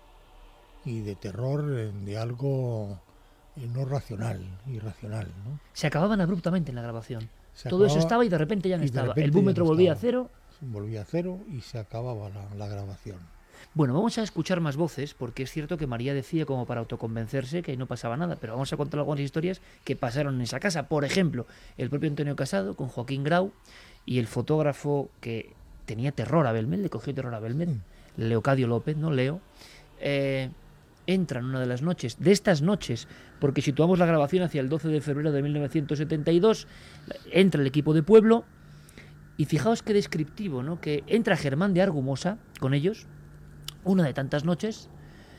Y de terror de algo no racional, irracional, ¿no? Se acababan abruptamente en la grabación. Todo eso estaba y de repente ya no estaba. El búmetro volvía a cero. Volvía a cero y se acababa la grabación. Bueno, vamos a escuchar más voces, porque es cierto que María decía como para autoconvencerse que no pasaba nada, pero vamos a contar algunas historias que pasaron en esa casa. Por ejemplo, el propio Antonio Casado con Joaquín Grau y el fotógrafo que tenía terror a Belmez, le cogió terror a Belmez, Leocadio López, ¿no? Leo. Entra en una de las noches, de estas noches, porque situamos la grabación hacia el 12 de febrero de 1972, entra el equipo de Pueblo, y fijaos qué descriptivo, ¿no? Que entra Germán de Argumosa con ellos, una de tantas noches,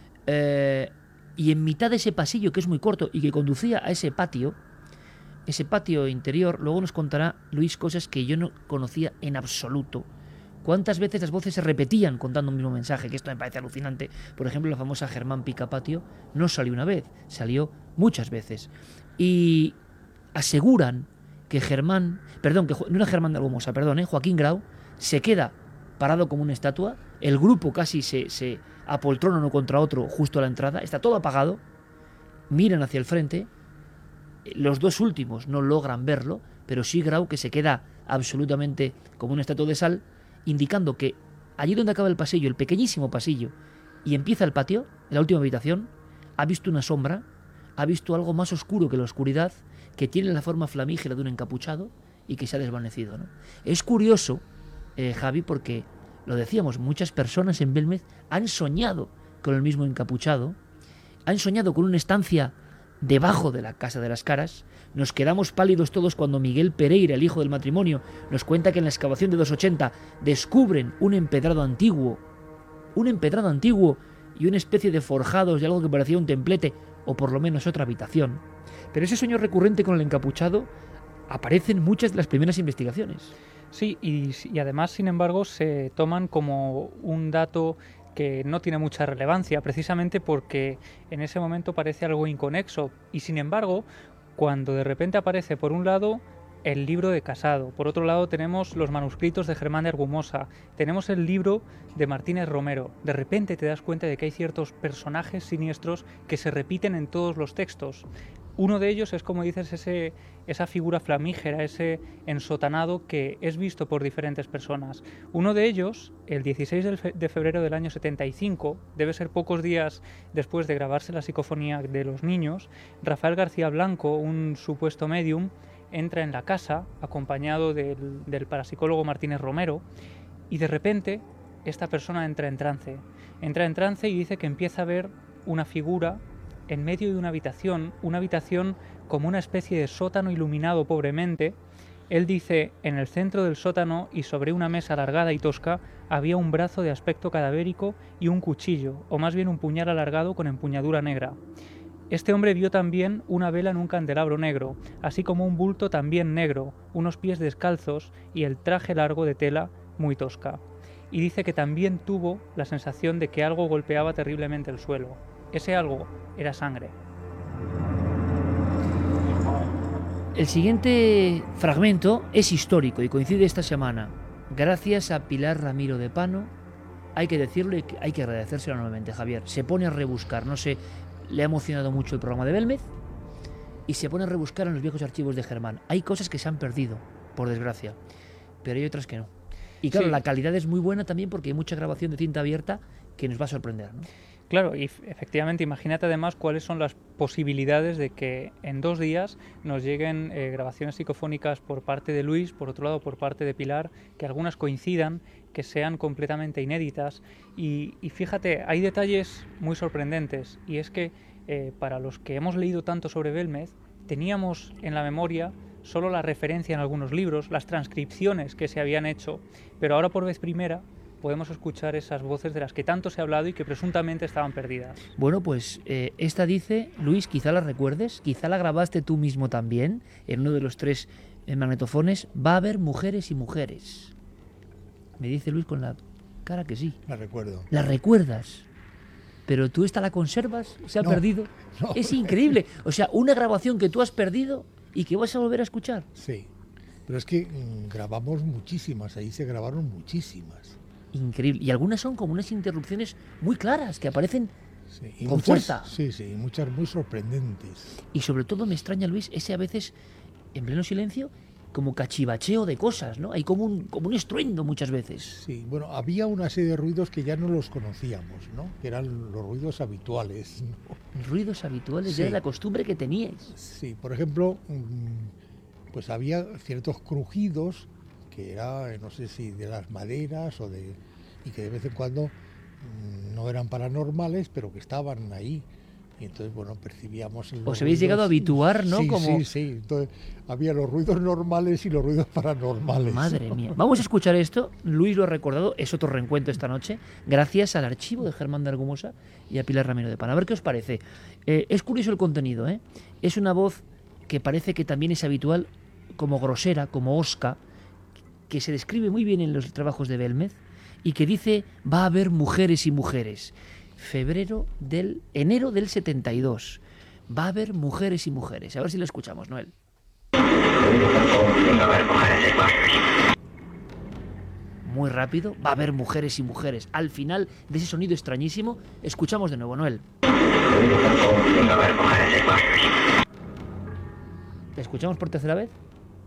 y en mitad de ese pasillo que es muy corto y que conducía a ese patio interior, luego nos contará Luis cosas que yo no conocía en absoluto. ¿Cuántas veces las voces se repetían contando un mismo mensaje? Que esto me parece alucinante. Por ejemplo, la famosa Germán Picapatio no salió una vez, salió muchas veces. Y aseguran que no era Germán de Argumosa, Joaquín Grau, se queda parado como una estatua, el grupo casi se apoltrona uno contra otro justo a la entrada, está todo apagado, miran hacia el frente, los dos últimos no logran verlo, pero sí Grau, que se queda absolutamente como una estatua de sal, indicando que allí donde acaba el pasillo, el pequeñísimo pasillo, y empieza el patio, en la última habitación, ha visto una sombra, ha visto algo más oscuro que la oscuridad, que tiene la forma flamígera de un encapuchado y que se ha desvanecido, ¿no? Es curioso, Javi, porque, lo decíamos, muchas personas en Belmez han soñado con el mismo encapuchado, han soñado con una estancia debajo de la Casa de las Caras. Nos quedamos pálidos todos cuando Miguel Pereira, el hijo del matrimonio, nos cuenta que en la excavación de 280 descubren un empedrado antiguo y una especie de forjados de algo que parecía un templete, o por lo menos otra habitación. Pero ese sueño recurrente con el encapuchado aparece en muchas de las primeras investigaciones. Sí, y además, sin embargo, se toman como un dato que no tiene mucha relevancia, precisamente porque en ese momento parece algo inconexo, y sin embargo, cuando de repente aparece por un lado, el libro de Casado, por otro lado tenemos los manuscritos de Germán de Argumosa, tenemos el libro de Martínez Romero. De repente te das cuenta de que hay ciertos personajes siniestros que se repiten en todos los textos. Uno de ellos es, como dices, esa figura flamígera, ese ensotanado que es visto por diferentes personas. Uno de ellos, el 16 de febrero del año 75, debe ser pocos días después de grabarse la psicofonía de los niños, Rafael García Blanco, un supuesto médium, entra en la casa acompañado del parapsicólogo Martínez Romero y de repente esta persona entra en trance y dice que empieza a ver una figura en medio de una habitación como una especie de sótano iluminado pobremente. Él dice, en el centro del sótano y sobre una mesa alargada y tosca había un brazo de aspecto cadavérico y un cuchillo, o más bien un puñal alargado con empuñadura negra. Este hombre vio también una vela en un candelabro negro, así como un bulto también negro, unos pies descalzos y el traje largo de tela muy tosca. Y dice que también tuvo la sensación de que algo golpeaba terriblemente el suelo. Ese algo era sangre. El siguiente fragmento es histórico y coincide esta semana. Gracias a Pilar Ramiro de Pano, hay que decirlo y hay que agradecérselo nuevamente, Javier. Se pone a rebuscar, no sé, le ha emocionado mucho el programa de Belmez y se pone a rebuscar en los viejos archivos de Germán. Hay cosas que se han perdido, por desgracia, pero hay otras que no. Y claro, sí, la calidad es muy buena también porque hay mucha grabación de cinta abierta que nos va a sorprender, ¿no? Claro, y efectivamente, imagínate además cuáles son las posibilidades de que en 2 días nos lleguen grabaciones psicofónicas por parte de Luis, por otro lado por parte de Pilar, que algunas coincidan, que sean completamente inéditas. Y fíjate, hay detalles muy sorprendentes, y es que para los que hemos leído tanto sobre Belmez, teníamos en la memoria solo la referencia en algunos libros, las transcripciones que se habían hecho, pero ahora por vez primera podemos escuchar esas voces de las que tanto se ha hablado y que presuntamente estaban perdidas. Bueno, pues esta dice, Luis, quizá la recuerdes, quizá la grabaste tú mismo también, en uno de los 3 magnetofones. Va a haber mujeres y mujeres. Me dice Luis con la cara que sí. La recuerdo. ¿La recuerdas? Pero tú esta la conservas, se ha perdido. No. Es increíble. O sea, una grabación que tú has perdido y que vas a volver a escuchar. Sí, pero es que grabamos muchísimas, ahí se grabaron muchísimas. Increíble. Y algunas son como unas interrupciones muy claras que aparecen sí, con muchas, fuerza. Sí, sí, muchas muy sorprendentes. Y sobre todo me extraña, Luis, ese a veces, en pleno silencio, como cachivacheo de cosas, ¿no? Hay como un estruendo muchas veces. Sí, bueno, había una serie de ruidos que ya no los conocíamos, ¿no? Que eran los ruidos habituales, ¿no? Ruidos habituales, sí, ya de la costumbre que teníais. Sí, por ejemplo, pues había ciertos crujidos que era, no sé si de las maderas y que de vez en cuando no eran paranormales, pero que estaban ahí. Y entonces, bueno, percibíamos... Os habéis llegado a habituar, ¿no? Sí, como... sí. Entonces, había los ruidos normales y los ruidos paranormales. Madre mía. Vamos a escuchar esto. Luis lo ha recordado. Es otro reencuentro esta noche, gracias al archivo de Germán de Argumosa y a Pilar Ramiro de Pano. A ver qué os parece. Es curioso el contenido, ¿eh? Es una voz que parece que también es habitual, como grosera, como osca, que se describe muy bien en los trabajos de Belmez y que dice, va a haber mujeres y mujeres. Enero del 72. Va a haber mujeres y mujeres. A ver si lo escuchamos, Noel. Muy rápido. Va a haber mujeres y mujeres. Al final de ese sonido extrañísimo, escuchamos de nuevo, Noel. ¿La escuchamos por tercera vez?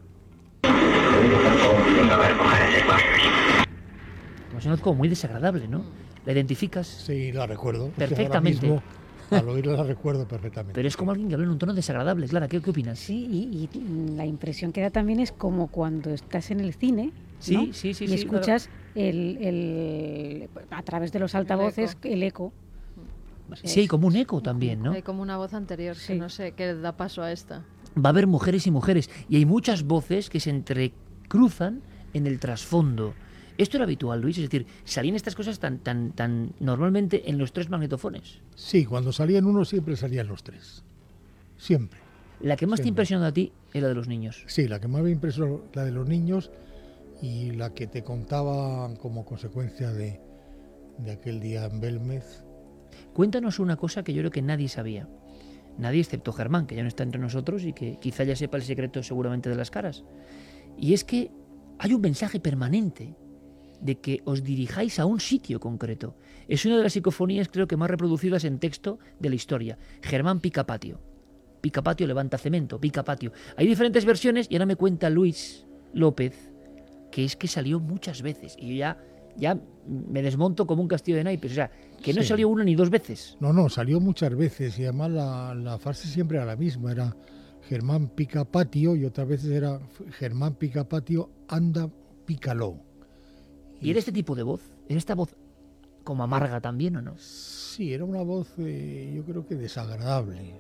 Nos suena como muy desagradable, ¿no? ¿La identificas? Sí, la recuerdo. Perfectamente. Ahora mismo, al oírla la recuerdo perfectamente. Pero es como alguien que habla en un tono desagradable. Clara, ¿qué opinas? Sí, y la impresión que da también es como cuando estás en el cine, sí, ¿no? Sí, y escuchas claro, a través de los altavoces el eco. Sí, hay como un eco también, ¿no? Hay como una voz anterior, sí, que no sé, que da paso a esta. Va a haber mujeres y mujeres. Y hay muchas voces que se entrecruzan en el trasfondo. ¿Esto era habitual, Luis? Es decir, ¿salían estas cosas tan normalmente en los 3 magnetofones? Sí, cuando salían uno siempre salían los 3. Siempre. ¿La que más te impresionó a ti era la de los niños? Sí, la que más me impresionó, la de los niños, y la que te contaba como consecuencia de aquel día en Belmez. Cuéntanos una cosa que yo creo que nadie sabía. nadie excepto Germán, que ya no está entre nosotros y que quizá ya sepa el secreto seguramente de las caras. Y es que hay un mensaje permanente de que os dirijáis a un sitio concreto. Es una de las psicofonías, creo que más reproducidas en texto de la historia. Germán pica patio. Pica patio, levanta cemento, pica patio. Hay diferentes versiones y ahora me cuenta Luis López que es que salió muchas veces. Y yo ya me desmonto como un castillo de naipes. O sea, que no salió una ni dos veces. No, salió muchas veces y además la frase siempre era la misma. Era Germán pica patio y otras veces era Germán pica patio, anda, pícalo. ¿Y era este tipo de voz? ¿Era esta voz como amarga también o no? Sí, era una voz, yo creo que desagradable.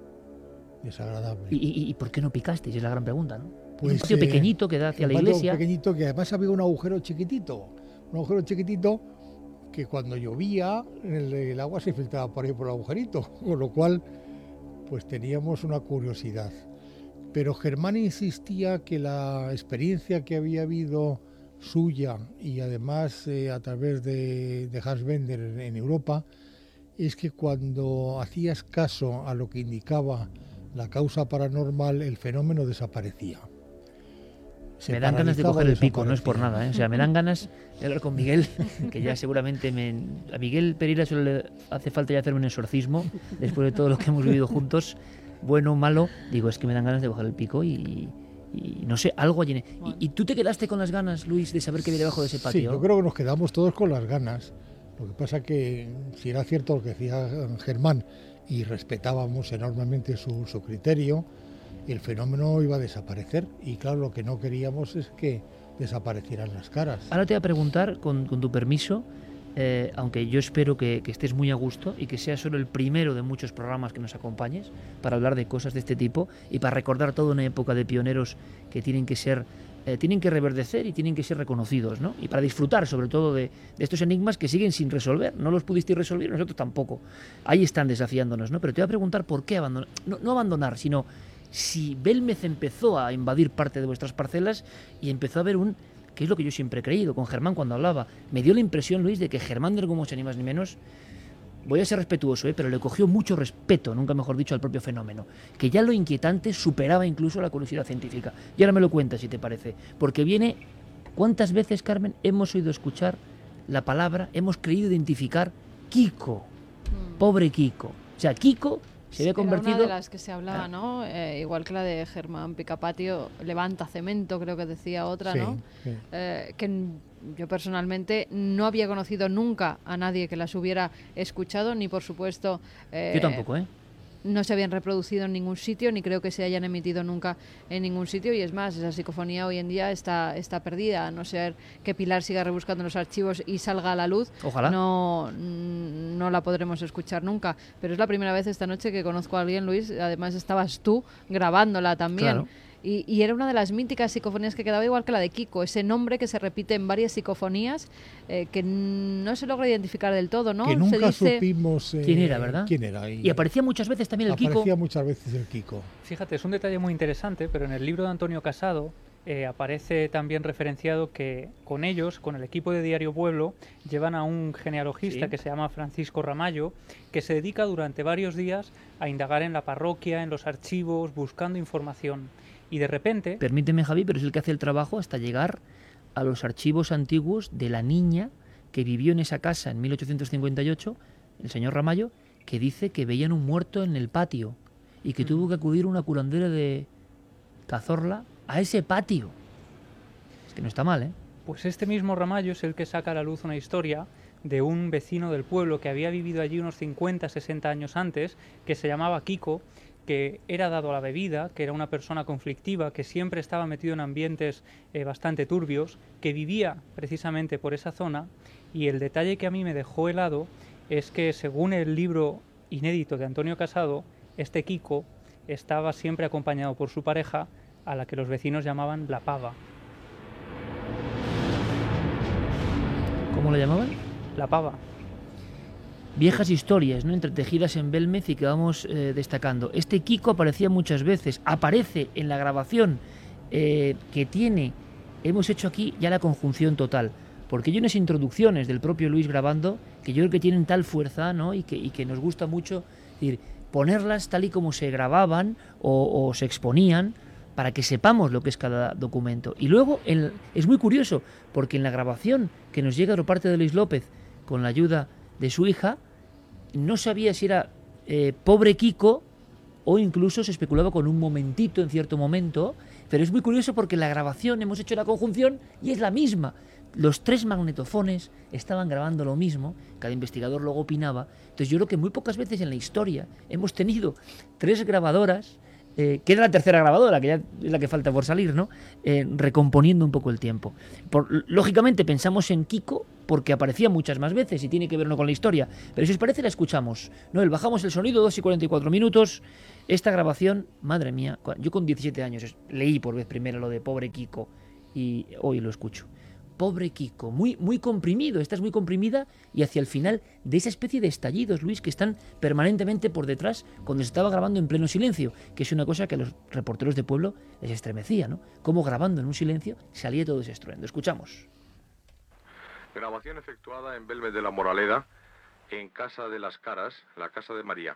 ¿Y por qué no picasteis? Es la gran pregunta, ¿no? Pues, un patio pequeñito que da hacia la iglesia. Un pequeñito que además había un agujero chiquitito que cuando llovía el agua se filtraba por ahí por el agujerito, con lo cual pues teníamos una curiosidad. Pero Germán insistía que la experiencia que había habido suya y además a través de Hans Bender en Europa es que cuando hacías caso a lo que indicaba la causa paranormal, el fenómeno desaparecía. Me dan ganas de coger el pico, no es por nada, ¿eh? O sea, me dan ganas de hablar con Miguel, que ya seguramente a Miguel Pereira solo le hace falta ya hacerme un exorcismo después de todo lo que hemos vivido juntos, bueno o malo. Digo, es que me dan ganas de coger el pico y no sé, algo allí. ¿Y tú te quedaste con las ganas, Luis, de saber qué había debajo de ese patio? Sí, yo creo que nos quedamos todos con las ganas. Lo que pasa que si era cierto lo que decía Germán y respetábamos enormemente su criterio, el fenómeno iba a desaparecer y claro, lo que no queríamos es que desaparecieran las caras. Ahora te voy a preguntar, con tu permiso, aunque yo espero que estés muy a gusto y que sea solo el primero de muchos programas que nos acompañes para hablar de cosas de este tipo y para recordar toda una época de pioneros que tienen que reverdecer y tienen que ser reconocidos, ¿no? Y para disfrutar sobre todo de estos enigmas que siguen sin resolver. No los pudisteis resolver, nosotros tampoco. Ahí están desafiándonos, ¿no? Pero te voy a preguntar por qué abandonar, no abandonar, sino si Belmez empezó a invadir parte de vuestras parcelas y empezó a haber que es lo que yo siempre he creído, con Germán cuando hablaba, me dio la impresión, Luis, de que Germán de Argumosa, ni más ni menos, voy a ser respetuoso, pero le cogió mucho respeto, nunca mejor dicho, al propio fenómeno, que ya lo inquietante superaba incluso la curiosidad científica. Y ahora me lo cuentas, si te parece, porque viene, ¿cuántas veces, Carmen, hemos oído escuchar la palabra, hemos creído identificar Kiko? Pobre Kiko. O sea, Kiko se había convertido... Era una de las que se hablaba, ¿no? Igual que la de Germán Picapatio, levanta cemento, creo que decía otra, sí, ¿no? Sí. Que yo personalmente no había conocido nunca a nadie que las hubiera escuchado, ni por supuesto... yo tampoco, ¿eh? No se habían reproducido en ningún sitio, ni creo que se hayan emitido nunca en ningún sitio, y es más, esa psicofonía hoy en día está perdida, a no ser que Pilar siga rebuscando los archivos y salga a la luz. Ojalá. No la podremos escuchar nunca, pero es la primera vez esta noche que conozco a alguien, Luis, además estabas tú grabándola también. Claro. Y era una de las míticas psicofonías que quedaba igual que la de Kiko, ese nombre que se repite en varias psicofonías, que no se logra identificar del todo, ¿no? Que nunca se dice... supimos quién era, ¿verdad? Quién era. Y aparecía muchas veces también el Kiko. Aparecía muchas veces el Kiko. Fíjate, es un detalle muy interesante, pero en el libro de Antonio Casado aparece también referenciado que con ellos, con el equipo de Diario Pueblo, llevan a un genealogista que se llama Francisco Ramallo, que se dedica durante varios días a indagar en la parroquia, en los archivos, buscando información. Y de repente... Permíteme, Javi, pero es el que hace el trabajo hasta llegar a los archivos antiguos de la niña que vivió en esa casa en 1858, el señor Ramallo, que dice que veían un muerto en el patio y que tuvo que acudir una curandera de Cazorla a ese patio. Es que no está mal, ¿eh? Pues este mismo Ramallo es el que saca a la luz una historia de un vecino del pueblo que había vivido allí unos 50, 60 años antes, que se llamaba Kiko, que era dado a la bebida, que era una persona conflictiva, que siempre estaba metido en ambientes bastante turbios, que vivía precisamente por esa zona, y el detalle que a mí me dejó helado es que, según el libro inédito de Antonio Casado, este Kiko estaba siempre acompañado por su pareja, a la que los vecinos llamaban la pava. ¿Cómo lo llamaban? La pava. Viejas historias, ¿no?, entretejidas en Belmez y que vamos destacando. Este Kiko aparecía muchas veces, aparece en la grabación que tiene, hemos hecho aquí ya la conjunción total, porque hay unas introducciones del propio Luis grabando que yo creo que tienen tal fuerza, ¿no?, y que nos gusta mucho. Es decir, ponerlas tal y como se grababan o se exponían, para que sepamos lo que es cada documento. Y luego es muy curioso, porque en la grabación que nos llega por parte de Luis López, con la ayuda de su hija, no sabía si era pobre Kiko, o incluso se especulaba con un momentito en cierto momento, pero es muy curioso porque en la grabación hemos hecho la conjunción y es la misma. Los 3 magnetofones estaban grabando lo mismo, cada investigador luego opinaba. Entonces yo creo que muy pocas veces en la historia hemos tenido 3 grabadoras, que era la tercera grabadora, que ya es la que falta por salir, ¿no? Recomponiendo un poco el tiempo. Lógicamente pensamos en Kiko, porque aparecía muchas más veces y tiene que ver no con la historia, pero si os parece la escuchamos. Noel, bajamos el sonido, 2 y 44 minutos. Esta grabación, madre mía, yo con 17 años leí por vez primera lo de pobre Kiko y hoy lo escucho. Pobre Kiko, muy, muy comprimido, estás muy comprimida y hacia el final de esa especie de estallidos, Luis, que están permanentemente por detrás cuando se estaba grabando en pleno silencio, que es una cosa que a los reporteros de pueblo les estremecía, ¿no? Cómo grabando en un silencio salía todo ese estruendo. Escuchamos. Grabación efectuada en Belmes de la Moraleda, en Casa de las Caras, la casa de María.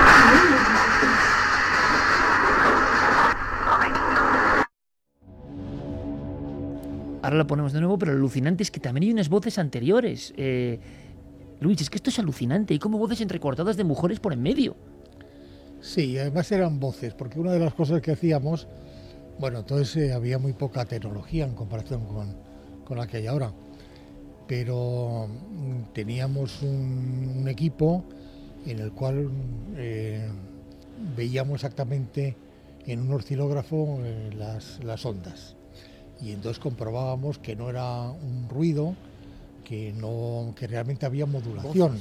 Ahora la ponemos de nuevo, pero lo alucinante es que también hay unas voces anteriores. Luis, es que esto es alucinante. Hay como voces entrecortadas de mujeres por en medio. Sí, además eran voces, porque una de las cosas que hacíamos, bueno, entonces había muy poca tecnología en comparación con la que hay ahora, pero teníamos un equipo en el cual veíamos exactamente en un oscilógrafo las ondas. Y entonces comprobábamos que no era un ruido, que realmente había modulación.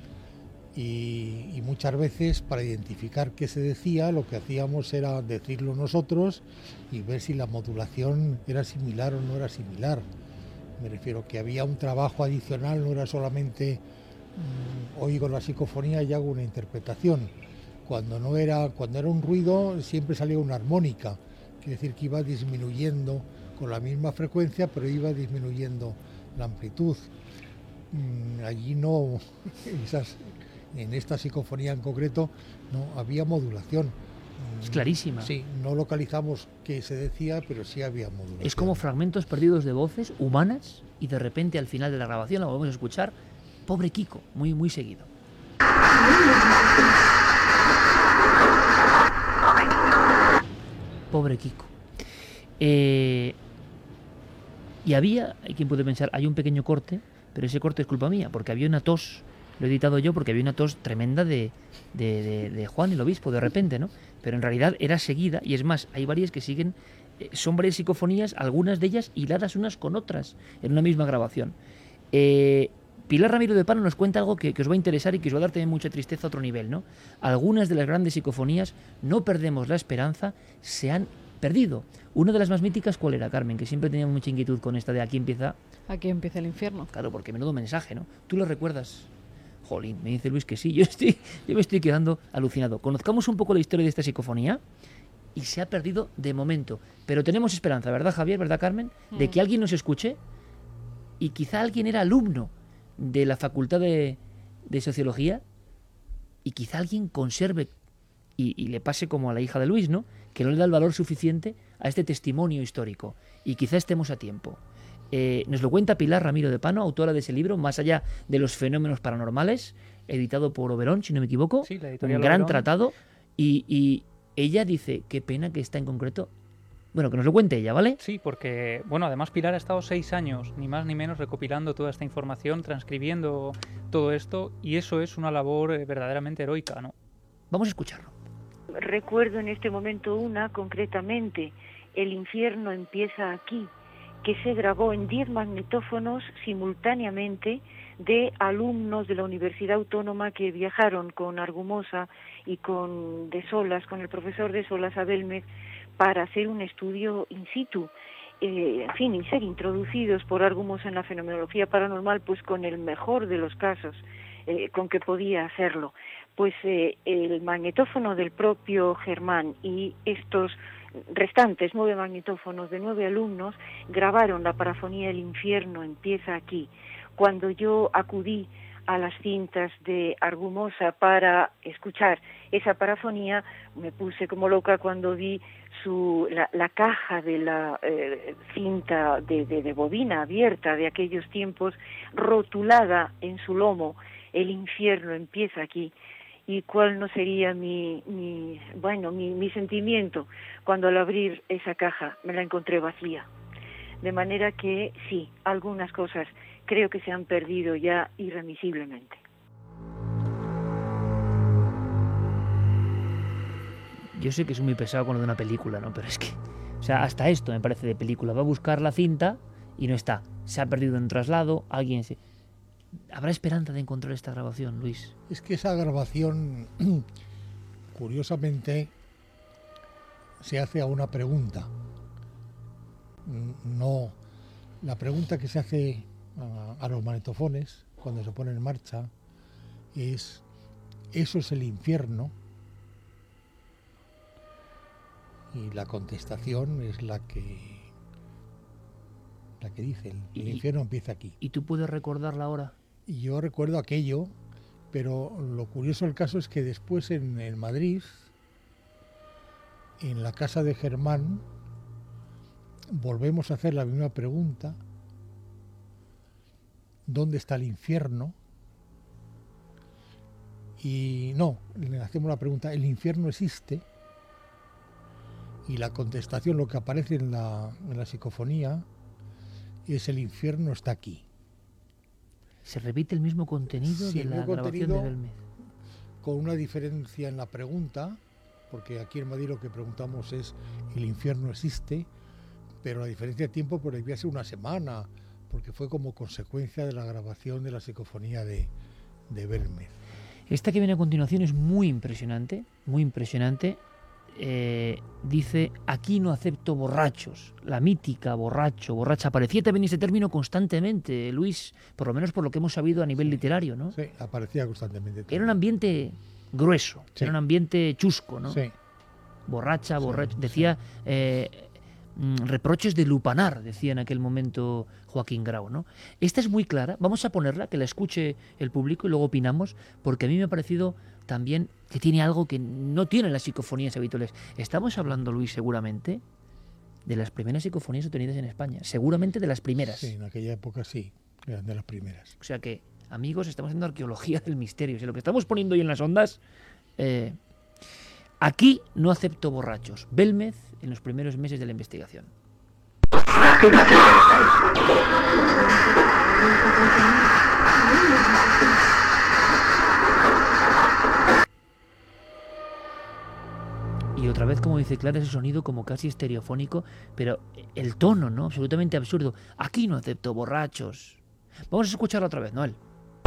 Y muchas veces, para identificar qué se decía, lo que hacíamos era decirlo nosotros y ver si la modulación era similar o no era similar. Me refiero que había un trabajo adicional, no era solamente oigo la psicofonía y hago una interpretación. Cuando era un ruido, siempre salía una armónica, quiere decir que iba disminuyendo con la misma frecuencia, pero iba disminuyendo la amplitud. Allí no, en esta psicofonía en concreto, no había modulación. Es clarísima. Sí, no localizamos qué se decía, pero sí había modulación. Es como fragmentos perdidos de voces humanas y de repente al final de la grabación la volvemos a escuchar. Pobre Kiko, muy, muy seguido. Pobre Kiko. Y hay quien puede pensar, hay un pequeño corte, pero ese corte es culpa mía, porque había una tos, lo he editado yo porque había una tos tremenda de Juan el Obispo, de repente, ¿no? Pero en realidad era seguida, y es más, hay varias que siguen, son varias psicofonías, algunas de ellas hiladas unas con otras, en una misma grabación. Pilar Ramiro de Pano nos cuenta algo que os va a interesar y que os va a dar también mucha tristeza a otro nivel, ¿no? Algunas de las grandes psicofonías, no perdemos la esperanza, se han perdido. Una de las más míticas, ¿cuál era, Carmen? Que siempre tenía mucha inquietud con esta de Aquí empieza el infierno. Claro, porque menudo mensaje, ¿no? ¿Tú lo recuerdas? Jolín, me dice Luis que sí, yo me estoy quedando alucinado. Conozcamos un poco la historia de esta psicofonía y se ha perdido de momento. Pero tenemos esperanza, ¿verdad, Javier? ¿Verdad, Carmen? De que alguien nos escuche y quizá alguien era alumno de la Facultad de Sociología y quizá alguien conserve y le pase como a la hija de Luis, ¿no? Que no le da el valor suficiente a este testimonio histórico. Y quizá estemos a tiempo. Nos lo cuenta Pilar Ramiro de Pano, autora de ese libro, Más allá de los fenómenos paranormales, editado por Oberón, si no me equivoco. Sí, la editorial un gran Oberón. Tratado. Y ella dice, qué pena que está en concreto. Bueno, que nos lo cuente ella, ¿vale? Sí, porque, bueno, además Pilar ha estado 6 años, ni más ni menos, recopilando toda esta información, transcribiendo todo esto, y eso es una labor verdaderamente heroica, ¿no? Vamos a escucharlo. Recuerdo en este momento una concretamente, El infierno empieza aquí, que se grabó en 10 magnetófonos simultáneamente de alumnos de la Universidad Autónoma que viajaron con Argumosa y con el profesor de Solas a Belmez para hacer un estudio in situ, en fin, y ser introducidos por Argumosa en la fenomenología paranormal, pues con el mejor de los casos con que podía hacerlo. Pues el magnetófono del propio Germán y estos restantes 9 magnetófonos de 9 alumnos grabaron la parafonía El infierno empieza aquí. Cuando yo acudí a las cintas de Argumosa para escuchar esa parafonía, me puse como loca cuando vi la caja de la cinta de bobina abierta de aquellos tiempos, rotulada en su lomo: el infierno empieza aquí. Y cuál no sería mi sentimiento cuando al abrir esa caja me la encontré vacía. De manera que sí, algunas cosas creo que se han perdido ya irremisiblemente. Yo sé que soy muy pesado con lo de una película, ¿no? Pero es que, o sea, hasta esto me parece de película. Va a buscar la cinta y no está. Se ha perdido en traslado, alguien se... ¿Habrá esperanza de encontrar esta grabación, Luis? Es que esa grabación, curiosamente, se hace a una pregunta. No, la pregunta que se hace a los magnetofones cuando se pone en marcha es: ¿eso es el infierno? Y la contestación es la que dice: el infierno empieza aquí. ¿Y tú puedes recordarla ahora? Y yo recuerdo aquello, pero lo curioso del caso es que después en Madrid, en la casa de Germán, volvemos a hacer la misma pregunta: ¿dónde está el infierno? Y no, le hacemos la pregunta: ¿el infierno existe? Y la contestación, lo que aparece en la psicofonía, es: el infierno está aquí. ¿Se repite el mismo contenido de la grabación de Belmez? Con una diferencia en la pregunta, porque aquí en Madrid lo que preguntamos es: ¿el infierno existe? Pero la diferencia de tiempo podría ser una semana, porque fue como consecuencia de la grabación de la psicofonía de Belmez. Esta que viene a continuación es muy impresionante, muy impresionante. Dice: aquí no acepto borrachos. La mítica borracha. Aparecía también ese término constantemente, Luis, por lo menos por lo que hemos sabido a nivel literario, ¿no? Sí, aparecía constantemente. Era un ambiente grueso, sí. Era un ambiente chusco, ¿no? Sí. Borracha. Decía reproches de lupanar, decía en aquel momento Joaquín Grau, ¿no? Esta es muy clara, vamos a ponerla, que la escuche el público y luego opinamos, porque a mí me ha parecido también que tiene algo que no tienen las psicofonías habituales. Estamos hablando, Luis, seguramente de las primeras psicofonías obtenidas en España, seguramente de las primeras. Sí, en aquella época sí, eran de las primeras. O sea que, amigos, estamos haciendo arqueología del misterio. Si lo que estamos poniendo hoy en las ondas... Aquí no acepto borrachos. Belmez en los primeros meses de la investigación. Y otra vez, como dice Clara, ese sonido como casi estereofónico, pero el tono, ¿no? Absolutamente absurdo. Aquí no acepto borrachos. Vamos a escucharlo otra vez, Noel.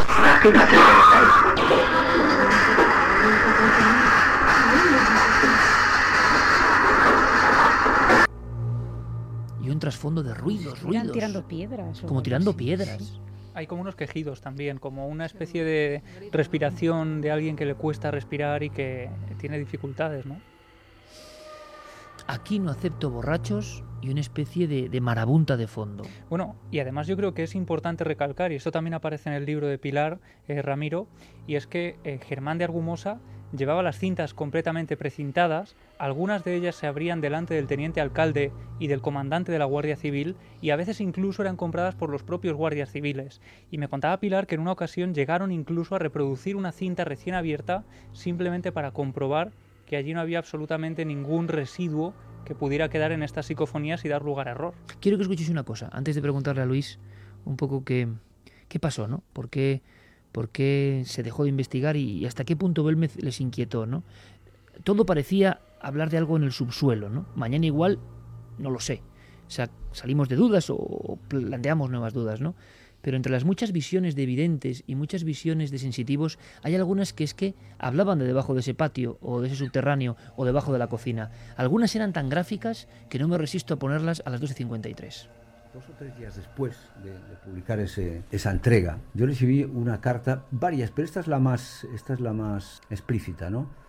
Y un trasfondo de ruidos. Tirando piedras. Como tirando piedras. Sí. Hay como unos quejidos también, como una especie de respiración de alguien que le cuesta respirar y que tiene dificultades, ¿no? Aquí no acepto borrachos y una especie de marabunta de fondo. Bueno, y además yo creo que es importante recalcar, y esto también aparece en el libro de Pilar Ramiro, y es que Germán de Argumosa llevaba las cintas completamente precintadas, algunas de ellas se abrían delante del teniente alcalde y del comandante de la Guardia Civil, y a veces incluso eran compradas por los propios guardias civiles. Y me contaba Pilar que en una ocasión llegaron incluso a reproducir una cinta recién abierta simplemente para comprobar que allí no había absolutamente ningún residuo que pudiera quedar en estas psicofonías y dar lugar a error. Quiero que escuchéis una cosa, antes de preguntarle a Luis un poco qué pasó, ¿no? ¿Por qué se dejó de investigar y hasta qué punto Belmez les inquietó, ¿no? Todo parecía hablar de algo en el subsuelo, ¿no? Mañana igual, no lo sé. O sea, salimos de dudas o planteamos nuevas dudas, ¿no? Pero entre las muchas visiones de videntes y muchas visiones de sensitivos, hay algunas que es que hablaban de debajo de ese patio o de ese subterráneo o debajo de la cocina. Algunas eran tan gráficas que no me resisto a ponerlas a las 12:53. 2 o 3 días después de publicar esa entrega, yo recibí una carta, varias, pero esta es la más explícita, ¿no?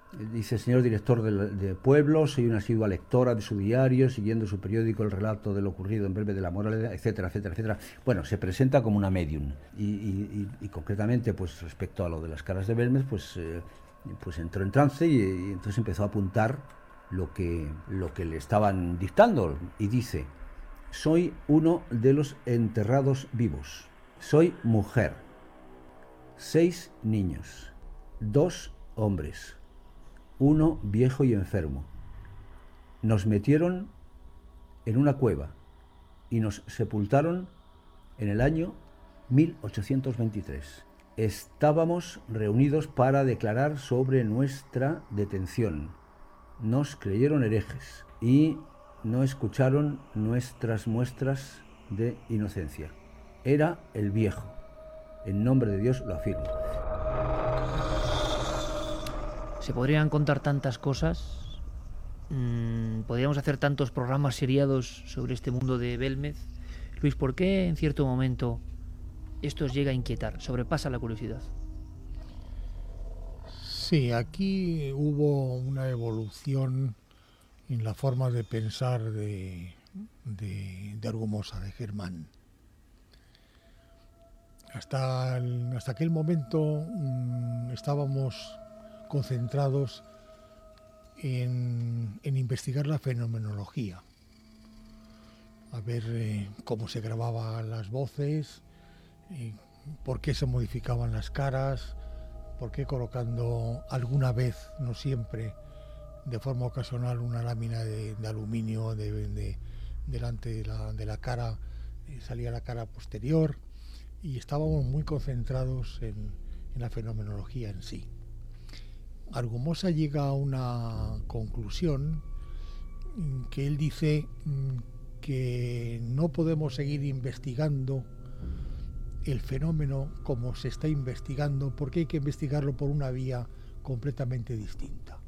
Dice: señor director de pueblo, soy una asidua lectora de su diario, siguiendo su periódico el relato de lo ocurrido en Belmez de la Moraleda, etcétera, etcétera, etcétera. Bueno, se presenta como una medium y concretamente, pues respecto a lo de las caras de Belmez, pues entró en trance y entonces empezó a apuntar lo que le estaban dictando y dice: soy uno de los enterrados vivos, soy mujer, 6 niños, 2 hombres, 1 viejo y enfermo. Nos metieron en una cueva y nos sepultaron en el año 1823. Estábamos reunidos para declarar sobre nuestra detención. Nos creyeron herejes y no escucharon nuestras muestras de inocencia. Era el viejo. En nombre de Dios lo afirmo. Se podrían contar tantas cosas, podríamos hacer tantos programas seriados sobre este mundo de Belmez. Luis, ¿por qué en cierto momento esto os llega a inquietar, sobrepasa la curiosidad? Sí, aquí hubo una evolución en la forma de pensar de Argumosa, de Germán. Hasta aquel momento estábamos concentrados en investigar la fenomenología, a ver cómo se grababan las voces, por qué se modificaban las caras, por qué colocando alguna vez, no siempre, de forma ocasional, una lámina de aluminio delante de la cara, salía la cara posterior, y estábamos muy concentrados en la fenomenología en sí. Argumosa llega a una conclusión que él dice que no podemos seguir investigando el fenómeno como se está investigando, porque hay que investigarlo por una vía completamente distinta.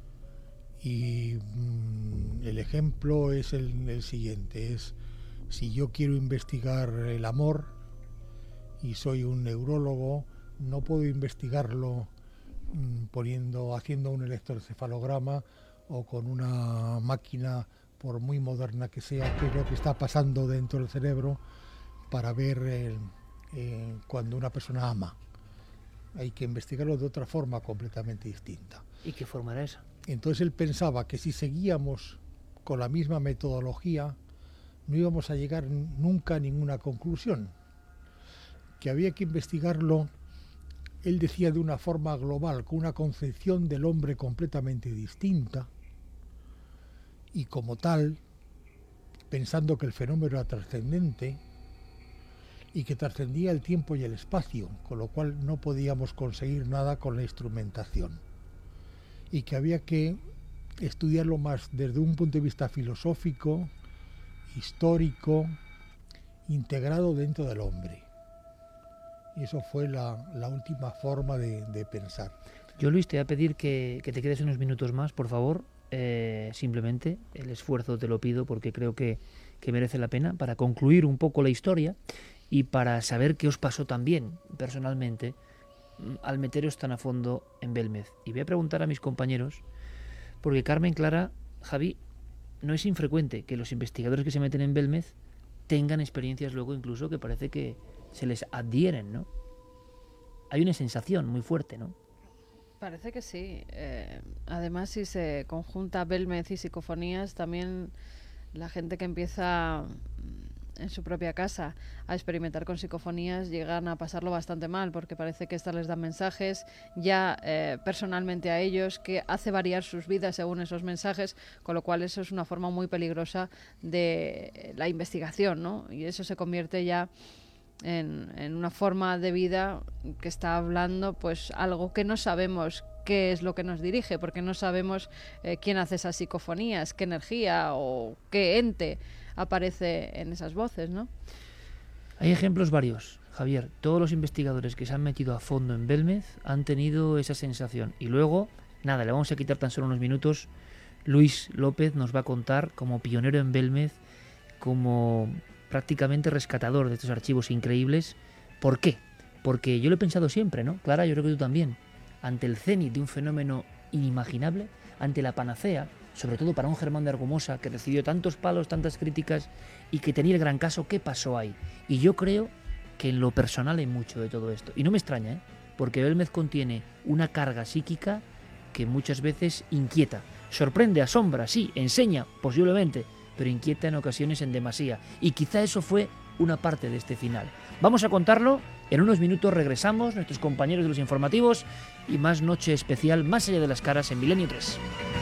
Y el ejemplo es el siguiente: es si yo quiero investigar el amor y soy un neurólogo, no puedo investigarlo haciendo un electroencefalograma o con una máquina, por muy moderna que sea, qué es lo que está pasando dentro del cerebro para ver cuando una persona ama. Hay que investigarlo de otra forma completamente distinta. ¿Y qué forma era esa? Entonces él pensaba que si seguíamos con la misma metodología no íbamos a llegar nunca a ninguna conclusión, que había que investigarlo, él decía, de una forma global, con una concepción del hombre completamente distinta, y como tal, pensando que el fenómeno era trascendente y que trascendía el tiempo y el espacio, con lo cual no podíamos conseguir nada con la instrumentación, y que había que estudiarlo más desde un punto de vista filosófico, histórico, integrado dentro del hombre. Y eso fue la última forma de pensar. Yo, Luis, te voy a pedir que te quedes unos minutos más, por favor. Simplemente el esfuerzo te lo pido porque creo que merece la pena para concluir un poco la historia y para saber qué os pasó también personalmente al meteros tan a fondo en Belmez. Y voy a preguntar a mis compañeros, porque Carmen, Clara, Javi, no es infrecuente que los investigadores que se meten en Belmez tengan experiencias luego incluso que parece que se les adhieren, ¿no? Hay una sensación muy fuerte, ¿no? Parece que sí. Además, si se conjunta Belmez y psicofonías, también la gente que empieza en su propia casa a experimentar con psicofonías llegan a pasarlo bastante mal, porque parece que estas les dan mensajes ya personalmente a ellos, que hace variar sus vidas según esos mensajes, con lo cual eso es una forma muy peligrosa de la investigación, ¿no? Y eso se convierte ya en una forma de vida que está hablando pues algo que no sabemos qué es lo que nos dirige, porque no sabemos quién hace esas psicofonías, qué energía o qué ente aparece en esas voces, ¿no? Hay ejemplos varios, Javier. Todos los investigadores que se han metido a fondo en Belmez han tenido esa sensación. Y luego, nada, le vamos a quitar tan solo unos minutos. Luis López nos va a contar, como pionero en Belmez, como prácticamente rescatador de estos archivos increíbles. ¿Por qué? Porque yo lo he pensado siempre, ¿no? Clara, yo creo que tú también. Ante el cenit de un fenómeno inimaginable ante la panacea, sobre todo para un Germán de Argumosa que recibió tantos palos, tantas críticas y que tenía el gran caso. ¿Qué pasó ahí? Y yo creo que en lo personal hay mucho de todo esto. Y no me extraña, porque Belmez contiene una carga psíquica que muchas veces inquieta. Sorprende, asombra, sí, enseña, posiblemente, pero inquieta en ocasiones en demasía. Y quizá eso fue una parte de este final. Vamos a contarlo. En unos minutos regresamos, nuestros compañeros de los informativos, y más noche especial Más allá de las caras en Milenio 3.